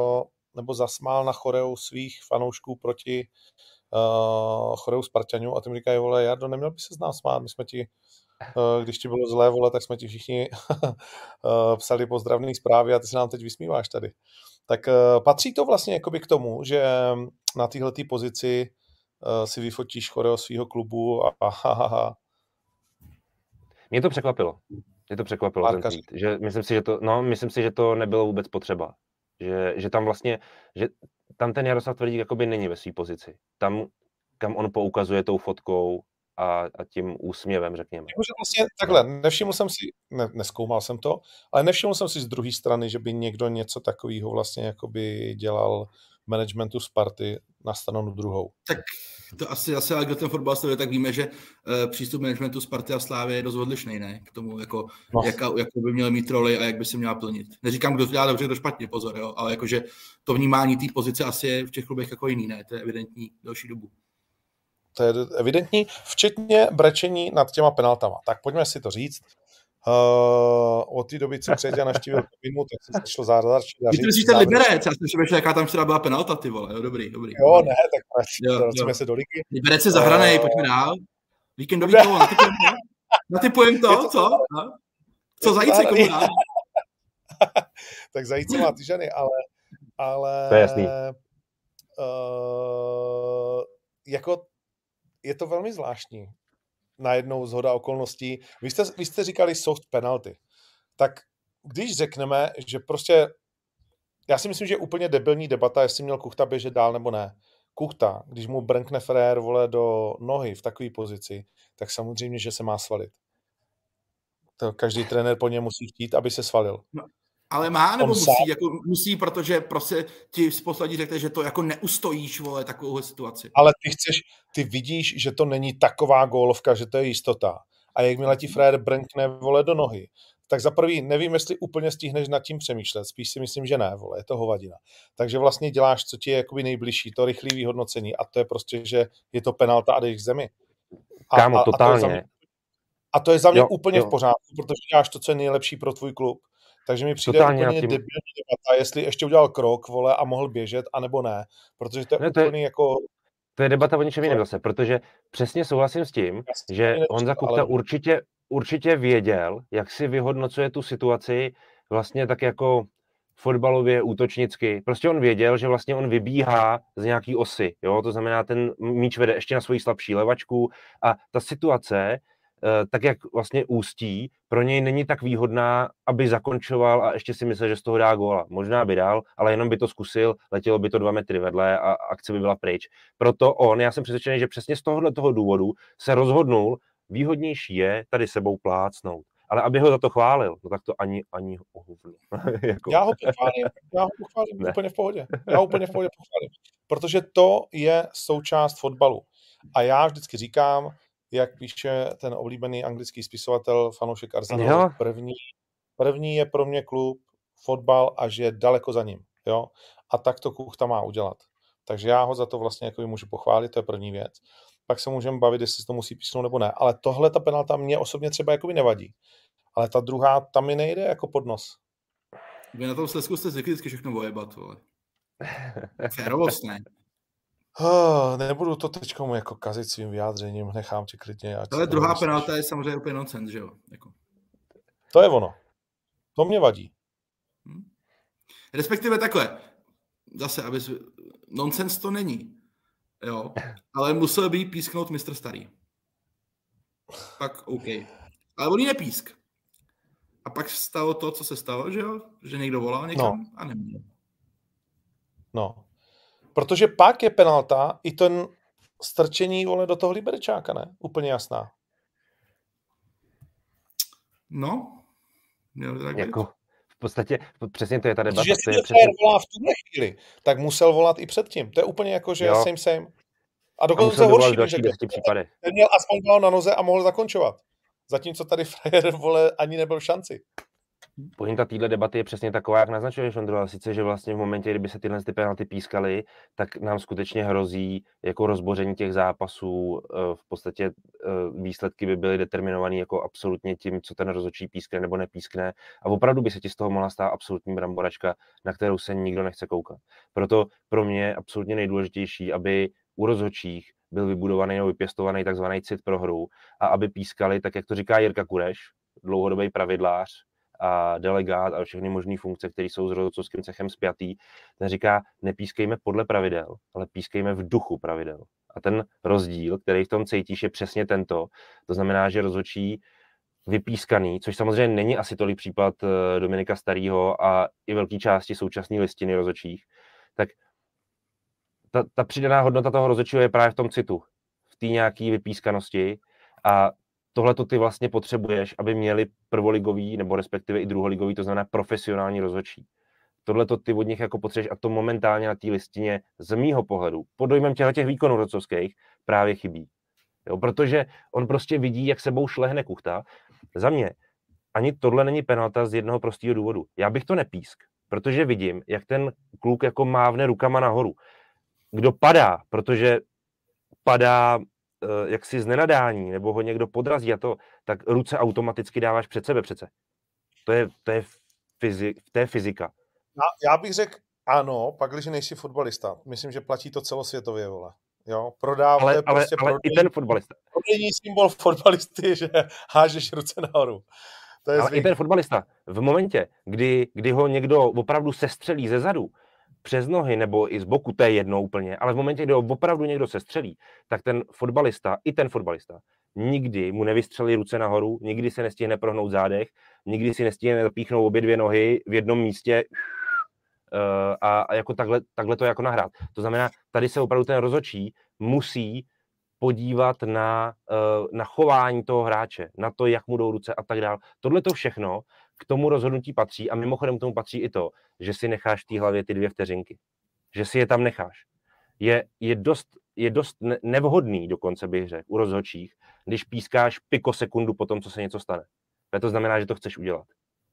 nebo zasmál na choreu svých fanoušků proti uh, choreu Spartanů a ty mi říkají, vole, Jardo, neměl by se z nás smát, my jsme ti, uh, když ti bylo zlé, vole, tak jsme ti všichni uh, psali pozdravný zprávy a ty se nám teď vysmíváš tady. Tak uh, patří to vlastně jakoby k tomu, že na téhletý pozici uh, si vyfotíš choreo svého klubu a, a, a, a. Mě to překvapilo. Mě to překvapilo, ten tweet, že myslím si, že to, no, myslím si, že to nebylo vůbec potřeba. Že, že tam vlastně, že tam ten Jaroslav Tvrdík jakoby není ve své pozici. Tam, kam on poukazuje tou fotkou a, a tím úsměvem, řekněme. Jakože vlastně takhle, nevšiml jsem si, ne, neskoumal jsem to, ale nevšiml jsem si z druhé strany, že by někdo něco takového vlastně jakoby dělal managementu Sparty na stranu druhou. Tak to asi, asi ale kdo ten fotbal sleduje, tak víme, že uh, přístup managementu Sparty a Slávy je dost odlišný, ne? K tomu, jako, no. jaká, jakou by měl mít roli a jak by se měla plnit. Neříkám, kdo to dělá dobře, kdo špatně, pozor, jo? Ale jakože to vnímání té pozice asi je v těch klubech jako jiný, ne? To je evidentní další dobu. To je evidentní, včetně brečení nad těma penaltama. Tak pojďme si to říct. Uh, od té doby, co Křeťa navštívil kabinu, tak se začalo zázračně dařit. Ty myslíš ten Liberec, já jsem přemýšlel, jaká tam včera byla penalta, ty vole, jo, dobrý, dobrý. Jo, dobrý. Ne, tak vracíme se do ligy. Liberec je zahranej, uh, pojďme dál. Víkendový kolo, natypujem to? Natypujem to, to co? No? Co zajíce komu dá? Tak zajíce má Tyžany, ale... ale to je jasný. Uh, jako je to velmi zvláštní. Najednou zhoda okolností. Vy jste, vy jste říkali soft penalty. Tak když řekneme, že prostě já si myslím, že je úplně debilní debata, jestli měl Kuchta běžet dál nebo ne. Kuchta, když mu brnkne Ferrer, vole, do nohy v takové pozici, tak samozřejmě, že se má svalit. To každý trenér po něm musí chtít, aby se svalil. No, ale má nebo On musí? Sám... Jako musí, protože prostě ti z poslední řekne, že to jako neustojíš, vole, takovou situaci. Ale ty chceš, ty vidíš, že to není taková gólovka, že to je jistota. A jakmile ti Ferrer brnkne, vole, do nohy, tak za prvý nevím, jestli úplně stihneš nad tím přemýšlet. Spíš si myslím, že ne, vole, je to hovadina. Takže vlastně děláš, co ti je jakoby nejbližší, to rychlé vyhodnocení a to je prostě, že je to penalta a jdeš k zemi. A, Kámo, a, totálně. A to je za mě, a to je za mě jo, úplně jo. v pořádku, protože děláš to, co je nejlepší pro tvůj klub. Takže mi přijde totálně úplně debilní debata, jestli ještě udělal krok, vole, a mohl běžet, anebo ne. Protože to je ne, to úplně je, jako... To je debata o něčem jiném zase, protože přesně souhlasím s tím, Jasně, že Honza Kuchta ale... určitě, určitě věděl, jak si vyhodnocuje tu situaci vlastně tak jako fotbalově, útočnicky. Prostě on věděl, že vlastně on vybíhá z nějaký osy, jo? To znamená, ten míč vede ještě na svoji slabší levačku a ta situace, tak jak vlastně ústí, pro něj není tak výhodná, aby zakončoval a ještě si myslel, že z toho dá góla. Možná by dal, ale jenom by to zkusil, letělo by to dva metry vedle a akce by byla pryč. Proto on, já jsem přesvědčený, že přesně z tohohle toho důvodu se rozhodnul, výhodnější je tady sebou plácnout. Ale aby ho za to chválil, no tak to ani, ani ohuvnu. jako... Já ho pochválím, já ho pochválím úplně v pohodě. Já ho úplně v pohodě pochválím. Protože to je součást fotbalu. A já vždycky říkám, jak píše ten oblíbený anglický spisovatel, fanoušek Arsenalu, první, první je pro mě klub, fotbal a že je daleko za ním. Jo? A tak to Kuchta má udělat. Takže já ho za to vlastně jako můžu pochválit, to je první věc. Pak se můžeme bavit, jestli to musí písnout nebo ne. Ale tohle ta penalta mě osobně třeba jakoby nevadí. Ale ta druhá, tam mi nejde jako pod nos. Vy na tom Slezsku jste zvyklí vždycky všechno ojebat, vole. Férovost, ne? Oh, nebudu to teď komu jako kazit svým vyjádřením, nechám tě klidně. Ale druhá penalta je samozřejmě úplně nonsense, že jo? Jako. To je ono. To mě vadí. Hmm. Respektive takhle. Zase, aby nonsense to není. Jo. Ale musel by písknout mistr Starý. Pak OK. Ale on jí nepísk. A pak stalo to, co se stalo, že jo? Že někdo volal někam no. a neměl. No. Protože pak je penalta i ten strčení, vole, do toho Liberečáka, ne? Úplně jasná. No. Tak jako v podstatě, přesně to je ta debata. Protože jestli přesně... volá v tuhle chvíli, tak musel volat i předtím. To je úplně jako, že jo. same same. A dokonce horší, že ten měl aspoň dál na noze a mohl zakončovat. Zatímco tady frajer, vole, ani nebyl v šanci. Pointa téhle debaty je přesně taková, jak naznačuješ, Ondro, a sice, že vlastně v momentě, kdyby se tyhle ty penalty pískaly, tak nám skutečně hrozí jako rozboření těch zápasů. V podstatě výsledky by byly determinované jako absolutně tím, co ten rozhodčí pískne nebo nepískne. A opravdu by se ti z toho mohla stát absolutní bramboračka, na kterou se nikdo nechce koukat. Proto pro mě je absolutně nejdůležitější, aby u rozhodčích byl vybudovaný nebo vypěstovaný takzvaný cit pro hru a aby pískali, tak jak to říká Jirka Kureš, dlouhodobý pravidlář a delegát a všechny možné funkce, které jsou s rozhodcovským cechem spjatý, ten říká, nepískejme podle pravidel, ale pískejme v duchu pravidel. A ten rozdíl, který v tom cítíš, je přesně tento. To znamená, že rozhodčí vypískaný, což samozřejmě není asi tolik případ Dominika Starýho a i velké části současné listiny rozhodčích, tak ta, ta přidaná hodnota toho rozhodčího je právě v tom citu, v té nějaké vypískanosti a tohle to ty vlastně potřebuješ, aby měli prvoligový nebo respektive i druholigový, to znamená profesionální rozhodčí. Tohle to ty od nich jako potřebuješ a to momentálně na té listině z mýho pohledu pod dojmem těch výkonů rozhodcovských právě chybí. Jo, protože on prostě vidí, jak sebou šlehne kuchta. Za mě ani tohle není penalta z jednoho prostého důvodu. Já bych to nepísk, protože vidím, jak ten kluk jako mávne rukama nahoru. Kdo padá, protože padá jaksi z nenadání, nebo ho někdo podrazí a to, tak ruce automaticky dáváš před sebe přece. To je, to je, fyzi, to je fyzika. Já, já bych řekl ano, pak, když nejsi fotbalista. Myslím, že platí to celosvětově, vole. Jo, prodává, ale, ale, ale, prostě ale prodej, i ten fotbalista. Prodejní symbol fotbalisty, že hážeš ruce nahoru. To je ale zvyk. i ten fotbalista. V momentě, kdy, kdy ho někdo opravdu sestřelí ze zadu, přes nohy nebo i z boku, to je jedno úplně, ale v momentě, kdy ho opravdu někdo sestřelí, tak ten fotbalista, i ten fotbalista, nikdy mu nevystřelí ruce nahoru, nikdy se nestihne prohnout zádech, nikdy si nestihne zapíchnout obě dvě nohy v jednom místě uh, a, a jako takhle, takhle to jako nahrát. To znamená, tady se opravdu ten rozhodčí musí podívat na, uh, na chování toho hráče, na to, jak mu jdou ruce a tak dále. Tohle to všechno k tomu rozhodnutí patří a mimochodem k tomu patří i to, že si necháš v té hlavě ty dvě vteřinky. Že si je tam necháš. Je, je dost, je dost nevhodný, dokonce bych řekl, u rozhodčích, když pískáš pikosekundu po tom, co se něco stane. To znamená, že to chceš udělat.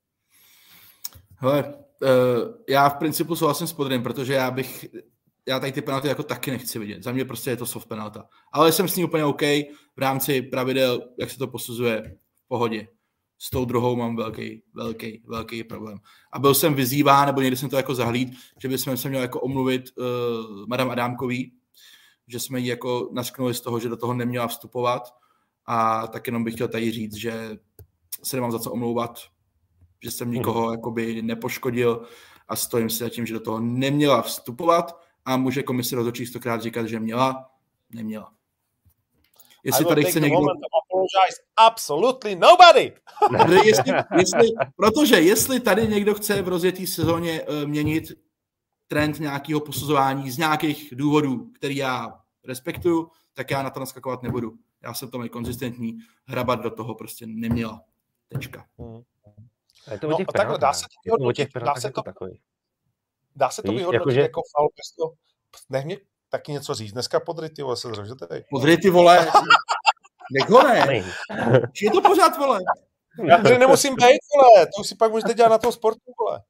Hele, uh, já v principu souhlasím s Podrym, protože já bych, já tady ty penalty jako taky nechci vidět. Za mě prostě je to soft penalta. Ale jsem s ní úplně OK v rámci pravidel, jak se to posuzuje, v pohodě. S tou druhou mám velký, velký, velký problém. A byl jsem vyzýván, nebo někdy jsem to jako zahlíd, že bychom se měli jako omluvit uh, madam Adámkový, že jsme jí jako nasknuli z toho, že do toho neměla vstupovat. A tak jenom bych chtěl tady říct, že se nemám za co omlouvat, že jsem nikoho jakoby nepoškodil a stojím si za tím, že do toho neměla vstupovat a může komise rozhodčích stokrát říkat, že měla, neměla. Jestli tady chce někdo... Absolutely nobody! jestli, jestli, protože jestli tady někdo chce v rozjetý sezóně uh, měnit trend nějakého posuzování z nějakých důvodů, který já respektuju, tak já na to naskakovat nebudu. Já jsem tam nekonzistentní, hrabat do toho prostě neměla. Tečka. Hmm. To no, takhle, dá se to vyhodnotit, dá se to, dá se to Víš, vyhodnotit jakože... jako faul, to, nech mě taky něco říct. Dneska Podry, ty vole, se zřežete. Podry, ty vole. Nech ho ne. Je to pořád, vole. Já tady nemusím být, vole. To už si pak můžete dělat na tom sportu, vole.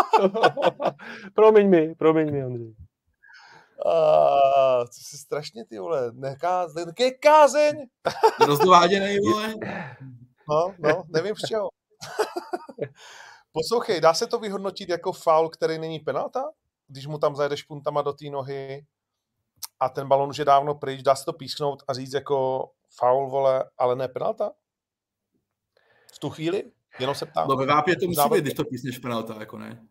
promiň mi, promiň mi, Ondřej. Uh, co si strašně, ty vole, nekázeň, je kázeň. Rozdováděnej, vole. No, no, nevím z čeho. Poslouchej, dá se to vyhodnotit jako faul, který není penalta? Když mu tam zajedeš puntama do té nohy a ten balon už je dávno pryč, dá se to písknout a říct jako faul, vole, ale ne penalta? V tu chvíli? Jenom se ptám. No ve vápě to musí být, když to písneš penalta, jako ne?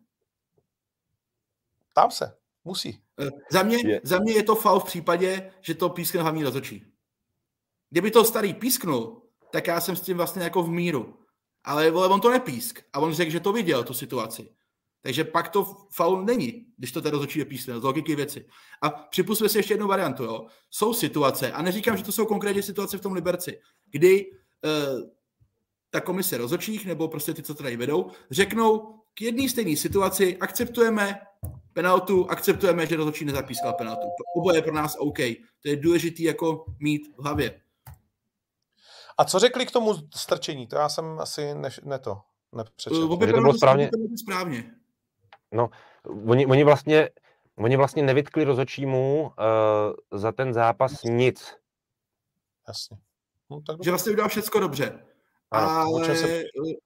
Tam se, musí. Za mě, je. za mě je to faul v případě, že to pískne hlavní rozhodčí. Kdyby to starý písknul, tak já jsem s tím vlastně jako v míru. Ale vole, on to nepísk. A on řekl, že to viděl, tu situaci. Takže pak to faul není, když to ten rozhodčí je písne. Z logiky věci. A připustíme si ještě jednu variantu. Jo. Jsou situace, a neříkám, že to jsou konkrétně situace v tom Liberci, kdy uh, ta komise rozhodčích, nebo prostě ty, co tady vedou, řeknou k jedné stejné situaci, akceptujeme penaltu, akceptujeme, že rozhodčí nezapískal penaltu. Oboje je pro nás OK. To je důležitý jako mít v hlavě. A co řekli k tomu strčení? To já jsem asi ne, ne to. nepřečetl. Obě to bylo správně. správně. No, oni, oni, vlastně, oni vlastně nevytkli rozhodčímu uh, za ten zápas nic. Jasně. No, tak že vlastně udělal všecko dobře. Ano, ale... Se...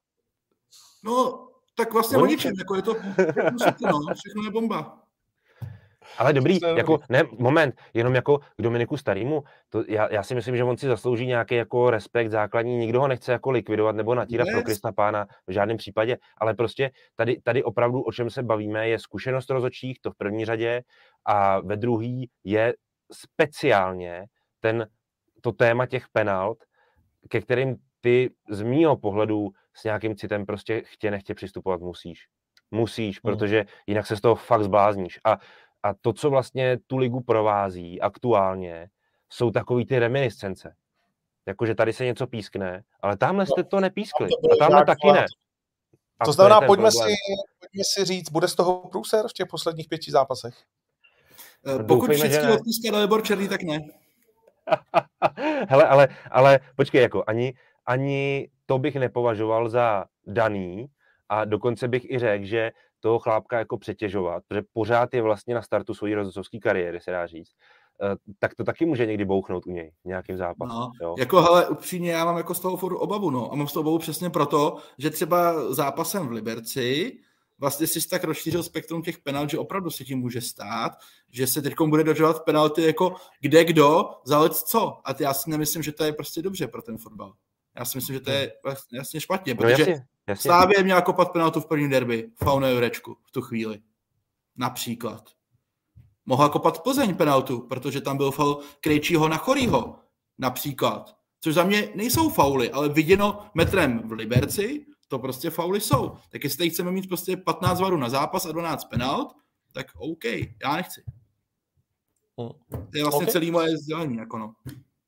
No, tak vlastně o ničem, jako je to všechno, všechno je bomba. Ale dobrý, jako, ne, moment, jenom jako k Dominiku Starýmu, to já, já si myslím, že on si zaslouží nějaký jako respekt základní, nikdo ho nechce jako likvidovat nebo natírat pro Krista Pána v žádném případě, ale prostě tady, tady opravdu, o čem se bavíme, je zkušenost rozhodčích, to v první řadě, a ve druhý je speciálně ten, to téma těch penalt, ke kterým ty z mýho pohledu s nějakým citem prostě chtě nechtě přistupovat musíš. Musíš, hmm. protože jinak se z toho fakt zblázníš. A A to, co vlastně tu ligu provází aktuálně, jsou takový ty reminiscence. Jakože tady se něco pískne, ale tamhle jste to nepískli. A tamhle taky ne. A to znamená, to pojďme, si, pojďme si říct, bude z toho průser v těch posledních pěti zápasech? Pokud všichni odpíská Libor Černý, tak ne. Hele, ale, ale počkej, jako ani, ani to bych nepovažoval za daný a dokonce bych i řekl, že toho chlápka jako přetěžovat, protože pořád je vlastně na startu svojí rozhodcovské kariéry, se dá říct, tak to taky může někdy bouchnout u něj v nějakém zápase. No, jo. Jako, hele, upřímně, já mám jako z toho furt obavu, no. A mám z toho obavu přesně proto, že třeba zápasem v Liberci vlastně si tak rozšířil spektrum těch penalt, že opravdu se tím může stát, že se teď bude dodržovat penalty jako kde kdo, za let co. A já si nemyslím, že to je prostě dobře pro ten fotbal. Já si myslím, že to je vlastně jasně špatně, protože no jasně, jasně. Slávě měla kopat penaltu v prvním derby, faul na Jurečku v tu chvíli. Například. Mohla kopat Plzeň penaltu, protože tam byl faul Krejčího na Chorýho. Například. Což za mě nejsou fauly, ale viděno metrem v Liberci, to prostě fauly jsou. Tak jestli chceme mít prostě patnáct varů na zápas a dvanáct penalt, tak OK, já nechci. To je vlastně okay. Celý moje sdělení. Jako no.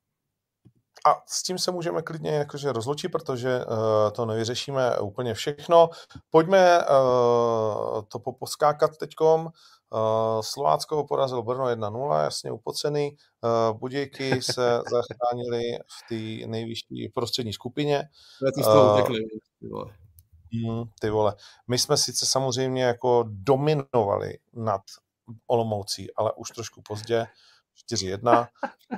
A s tím se můžeme klidně jakože rozloučit, protože uh, to nevyřešíme úplně všechno. Pojďme uh, to poskákat teďkom. Uh, Slovácko porazil Brno jedna nula, jasně upocený. Uh, Budějky se zachránili v té nejvyšší prostřední skupině. Uh, ty vole. Mm, ty vole. My jsme sice samozřejmě jako dominovali nad Olomoucí, ale už trošku pozdě. čtyři jedna.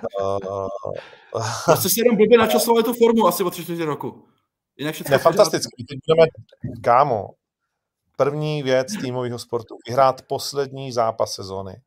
Prostě si jenom blbě načasovali tu formu asi o tři čtyři roku. Jinak ne, fantasticky. Teď budeme, kámo, první věc týmového sportu. Vyhrát poslední zápas sezóny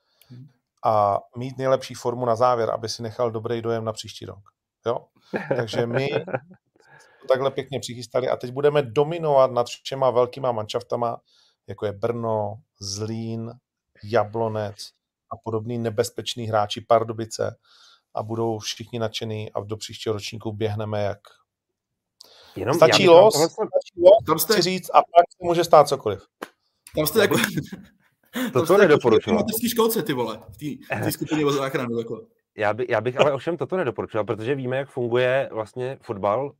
a mít nejlepší formu na závěr, aby si nechal dobrý dojem na příští rok. Jo? Takže my takhle pěkně přichystali a teď budeme dominovat nad všema velkýma manšaftama, jako je Brno, Zlín, Jablonec a podobný nebezpečný hráči Pardubice a budou všichni nadšený a do příštího ročníku běhneme jak... Jenom stačí los, tam, stačí los, tam jste... říct a pak se může stát cokoliv. Tam jste jako... To to nedoporučuji. V mateřský školce, ty vole, v té skupině o záchranu. Jako. Já, by, já bych ale ovšem toto nedoporučoval, protože víme, jak funguje vlastně fotbal,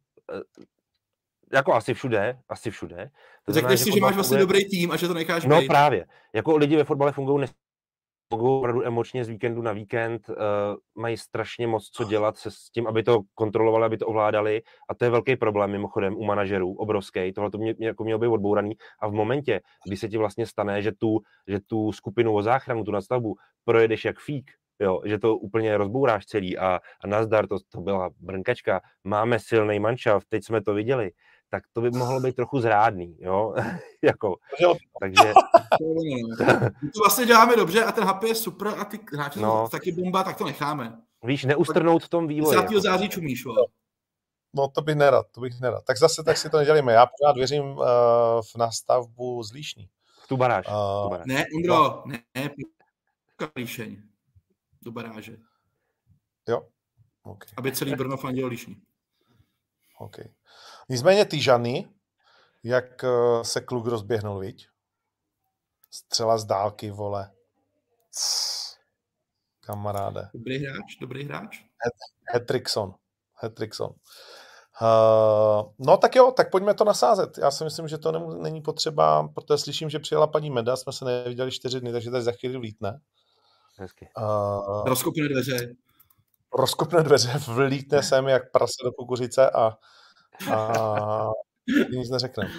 jako asi všude, asi všude. Řekneš si, že máš vlastně funguje... dobrý tým a že to necháš No být. právě. Jako lidi ve fotbale fungují opravdu emočně z víkendu na víkend, uh, mají strašně moc co dělat se s tím, aby to kontrolovali, aby to ovládali a to je velký problém mimochodem u manažerů, obrovský, tohle to mě, mě, jako mělo být odbouraný a v momentě, kdy se ti vlastně stane, že tu, že tu skupinu o záchranu, tu nadstavbu projedeš jak fík, jo, že to úplně rozbouráš celý a, a nazdar, to, to byla brnkačka, máme silný manšaft, teď jsme to viděli, tak to by mohlo být trochu zrádný, jo, jako, takže... To vlastně děláme dobře a ten happy je super a ty hráči no. jsou taky bomba, tak to necháme. Víš, neustrnout v tom vývoji. desátého září čumíš, vole. No to bych nerad, to bych nerad. Tak zase tak si to nedělíme. Já pořád věřím uh, v nastavbu z Líšní. V tu baráž. Uh, tu baráž. Ne, Ondro, ne, ne, Líšeň. Do baráže. Jo, okay. Aby celý Brno fandil Líšní. OK. Nicméně ty Žany, jak se kluk rozběhnul, viď? Střela z dálky, vole. Css, kamaráde. Dobrý hráč, dobrý hráč. Hetrickson. Hetrickson. Uh, no tak jo, tak pojďme to nasázet. Já si myslím, že to nem, není potřeba, protože slyším, že přijela paní Meda, jsme se neviděli čtyři dny, takže tady za chvíli vlítne. Hezky. Uh, rozkopne dveře. Rozkopne dveře, vlítne sem jak prase do kukuřice a, a nic neřekneme.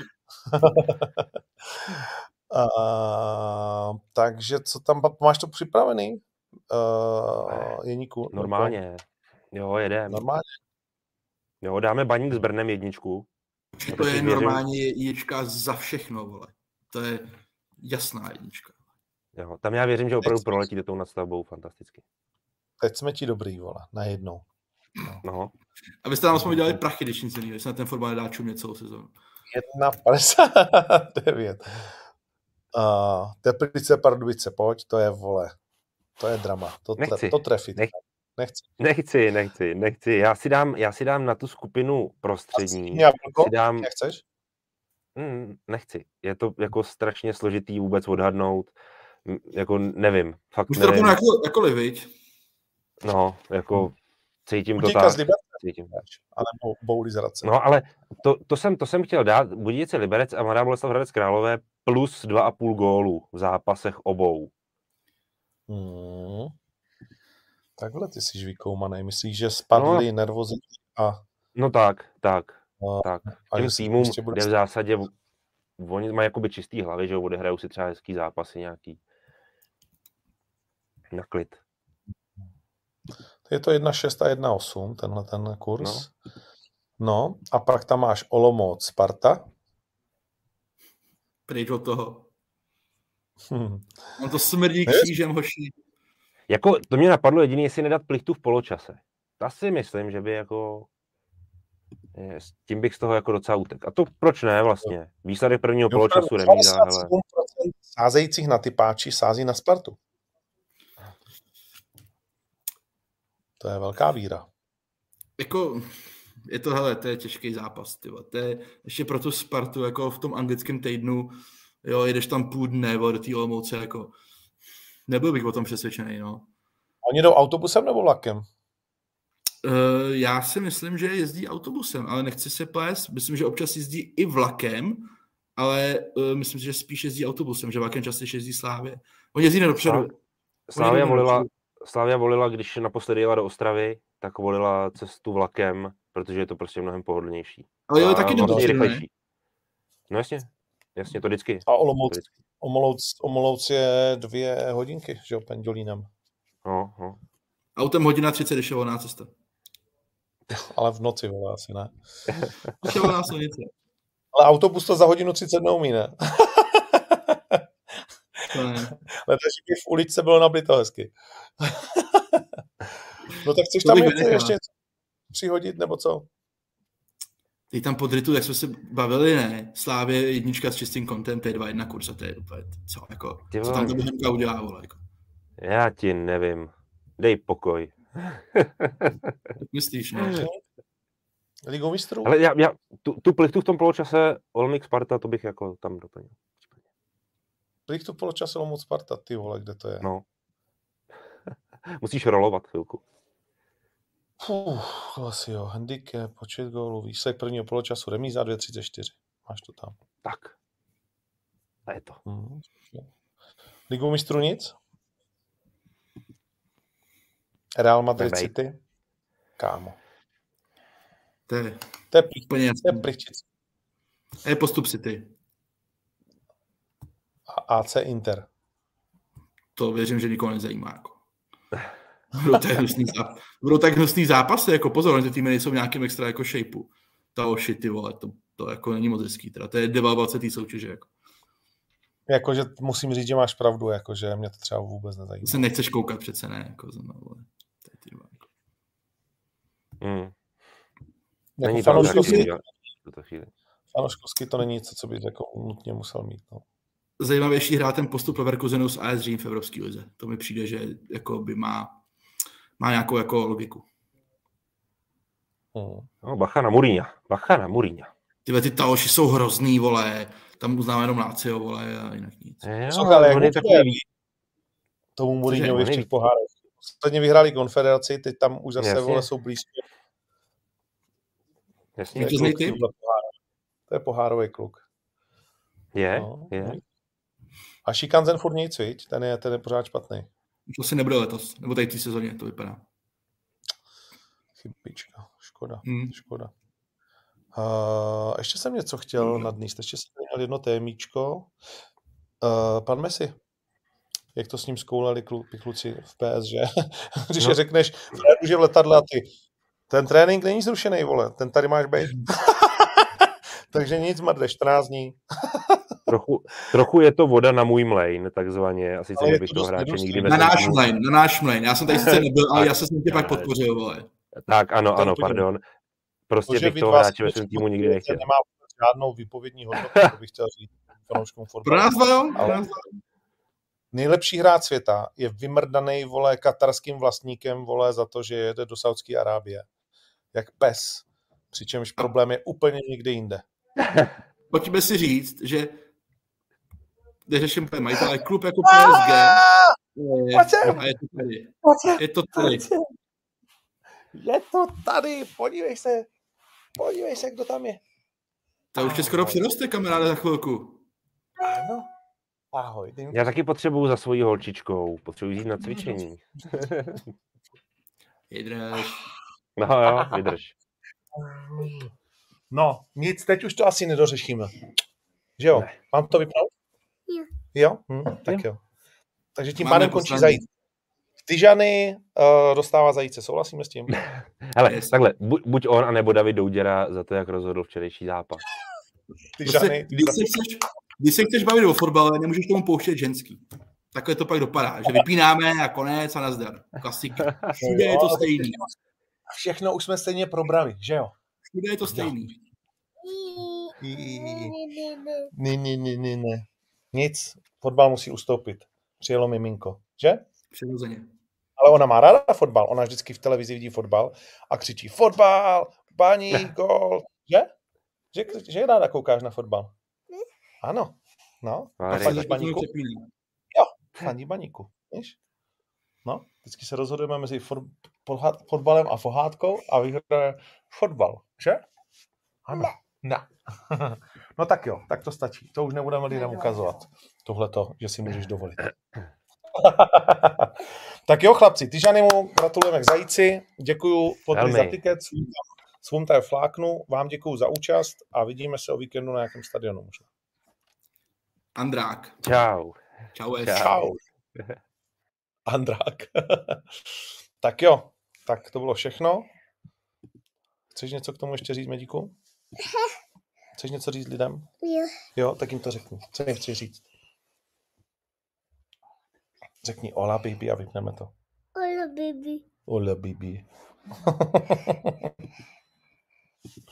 uh, takže co tam, máš to připravený? Uh, Jeníku? Normálně. Jo, jedem. Normálně? Jo, dáme Baník s Brnem jedničku. To je normálně jednička za všechno, vole. To je jasná jednička. Jo, tam já věřím, že opravdu proletíte tou nadstavbou fantasticky. Teď jsme ti dobrý, vole, najednou. No. no. Abyste nám aspoň dělali prachy, když nic jiného, jestli na ten fotbal nedá čumě celou sezónu. jedna padesát devět. Uh, Teplice, Pardubice, pojď, to je, vole, to je drama. To, tre, to trefit. Nech, nechci. Nechci, nechci, nechci. Já si dám, já si dám na tu skupinu prostřední. Jablko? Si dám... Nechceš? Mm, nechci. Je to jako strašně složitý vůbec odhadnout. Jako nevím. Fakt Už to jako, jakoliv, viď? No, jako cítím Budějka to tak. Z Liberce, cítím. Ale Bouli z Hradce. No, ale to, to, jsem, to jsem chtěl dát. Budějice Liberec a Mladá Boleslav Hradec Králové plus dva a půl gólu v zápasech obou. Hmm. Takhle ty jsi vykoumanej. Myslíš, že spadli no, nervozity a... No tak, tak. No, tak. Těm týmům jde v zásadě, oni mají jakoby čistý hlavy, že odehrajou si třeba hezký zápasy nějaký. Na klid. Je to jedna šest a jedna osm, tenhle ten kurz. No. no, a pak tam máš Olomouc Sparta. Pryč od toho. Hmm. On to smrdí křížem, hoši. Jako, to mě napadlo jediný, jestli nedat plichtu v poločase. Ta si myslím, že by jako... S tím bych z toho jako docela utek. A to proč ne vlastně? Výsledek prvního jo, poločasu remíza. padesát sedm procent sázejících na typáči sází na Spartu. To je velká víra. Jako, je to, hele, to je těžký zápas, tyva. To je ještě pro tu Spartu, jako v tom anglickém týdnu, jo, jedeš tam půl dne, do té Olomouce, jako, nebyl bych o tom přesvědčený, no. Oni jdou autobusem nebo vlakem? Uh, já si myslím, že jezdí autobusem, ale nechci se plést. Myslím, že občas jezdí i vlakem, ale uh, myslím si, že spíš jezdí autobusem, že vlakem často jezdí Slávě. Oni jezdí dopředu. Slávia volila, Slávia volila, když naposledy jela do Ostravy, tak volila cestu vlakem, protože je to prostě mnohem pohodlnější. Ale jo, taky vlastně rychlejší. No jasně, jasně, to vždycky. A Olomouc, Olomouc, Olomouc je dvě hodinky, že jo, pendolínem. No, no. Autem hodina třicet, když je volná cesta. Ale v noci, vole, asi ne. Když je volná silnice. Ale autobus to za hodinu třicet neumí, ne? To ne. Ale takže by v uličce bylo nabito hezky. No tak chceš tam ještě něco přihodit, nebo co? Teď tam pod Ritu, jak jsme se bavili, ne? Slávě jednička s čistým kontem, to je dva jedna kurz a to je úplně, co, jako, co tam to Bohemka udělá, vole, jako. Já ti nevím. Dej pokoj. Myslíš, no? Ligou mistrů? Ale já, já tu, tu plichtu v tom poločase Olomouc Sparta, to bych jako tam doplnil. Plichtu v poločase Olomouc Sparta, ty vole, kde to je? No. Musíš rolovat chvilku. Fuh, asi jo. Handicap, počet gólů, výsledek prvního poločasu, remíza dvě třicet čtyři. Máš to tam. Tak. A je to. Hmm. Ligou mistrů nic? Real Madrid Nebej. City? Kámo. To je, to je úplně jasný. To je postup City. A A C Inter. To věřím, že nikoho nezajímá. Jako. Budou tak hnusný, záp- budou tak hnusný zápasy, jako pozor, že týmy nejsou v nějakém extra jako shapeu. Ta oši, ty vole, to, to jako není moc hezký. Teda. To je devalvace té soutěže. Jako. Jakože musím říct, že máš pravdu, jakože mě to třeba vůbec nezajímá. Se nechceš koukat přece, ne? Jako, no, vole. To je ty, jako. Mm. Jako fanouškovsky, fanouškovsky to není něco, co bys jako nutně musel mít. No. Zajímavější hrát ten postup Leverkusenu s A S Řím v Evropské lize. To mi přijde, že jako by má, má nějakou jako logiku. Hmm. No, bacha na Mourinha. Bacha na Mourinha. Tyhle ty taoši jsou hrozný, vole. Tam uznáme jenom Lazio, vole, a jinak nic. Jo, ale on je takový tomu Mourinhovi v těch pohárech. Ostatně vyhráli konfederaci, teď tam už zase, jasně, vole, jsou blízko. Jasně. To, je kluk, to je pohárový kluk. Je, no, je. A Šikanzen furt nic, viď? Ten je, ten je pořád špatný. To si nebude letos, nebo tady té sezóně, to vypadá. Chybička, škoda, hmm. škoda. Uh, ještě jsem něco chtěl nadníst, ještě jsem měl jedno témíčko. Uh, pan Messi. Jak to s ním zkoulali klu, kluci v P S G. Když no. je řekneš, už je v letadle a ty, ten trénink není zrušený, vole, ten tady máš být. Takže nic, Mrdle, čtrnáct dní. trochu, trochu je to voda na můj mlejn, takzvaně. A sice, že bych toho hráče nikdy Na náš mlejn, na náš mlejn. Já jsem tady sice nebyl, ale já jsem tě pak podpořil, vole. Tak, ano, ano, pardon. Prostě to, bych toho hráče ve svém týmu nikdy nechtěl. Nemá žádnou výpovědní hodnotu, to bych chtěl říct fanouškům fotbalu. Pro nás, jo? Pro nás, nejlepší hráč světa je vymrdaný, vole, katarským vlastníkem, vole, za to, že jede do Saudské Arábie. Jak pes. Přičemž problém je úplně někde jinde. Pojďme si říct, že neřeším ten majitel, ale klub jako P S G je, a je to tady. Je to tady. Je to tady, podívej se. Podívej se, kdo tam je. To už tě skoro přiroste, kamaráde, za chvilku. Ano. Ahoj. Ty... Já taky potřebuju za svojí holčičkou. Potřebuji jít na cvičení. Vydrž. No jo, vydrž. No, nic, teď už to asi nedořešíme. Že jo? Ne. Mám to vypnout? Jo. Jo? Hm, tak jo. Takže tím pádem končí zajíc. Tyžany uh, dostává zajíce, souhlasíme s tím? Hele, yes. Takhle, buď, buď on, anebo David Douděra za to, jak rozhodl včerejší zápas. Tyžany. Když se chceš, když se chceš bavit o fotbale, nemůžeš tomu pouštět ženský. Takhle to pak dopadá, že vypínáme a konec a nazdar. Klasika. Všude je to stejný. Všechno už jsme stejně probrali, že jo? Všude je to stejný. Ne, ne, ne, ne, ne. Nic, fotbal musí ustoupit. Přijelo miminko, že? Přirozeně. Ale ona má ráda fotbal, ona vždycky v televizi vidí fotbal a křičí fotbal, paní, gol, že? Že, že ráda koukáš na fotbal? Ano, no. A fandíš baníku? Jo, fandí baníku, víš? No, vždycky se rozhodujeme mezi fot, fotbalem a fohádkou a vyhraje fotbal, že? Ano, ne. No tak jo, tak to stačí. To už nebudeme lidem ukazovat. Tohleto, že si můžeš dovolit. Tak jo, chlapci, Tyžany mu gratulujeme k zajíci. Děkuju podpory za tiket, svům tady fláknu. Vám děkuju za účast a vidíme se o víkendu na nějakém stadionu možná. Andrák. Čau. Čau. Čau. Andrák. Tak jo, tak to bylo všechno. Chceš něco k tomu ještě říct, Medíku? Chceš něco říct lidem? Jo. Jo, tak jim to řekni. Co jim chci říct? Řekni hola baby a vypneme to. Hola baby. Hola baby.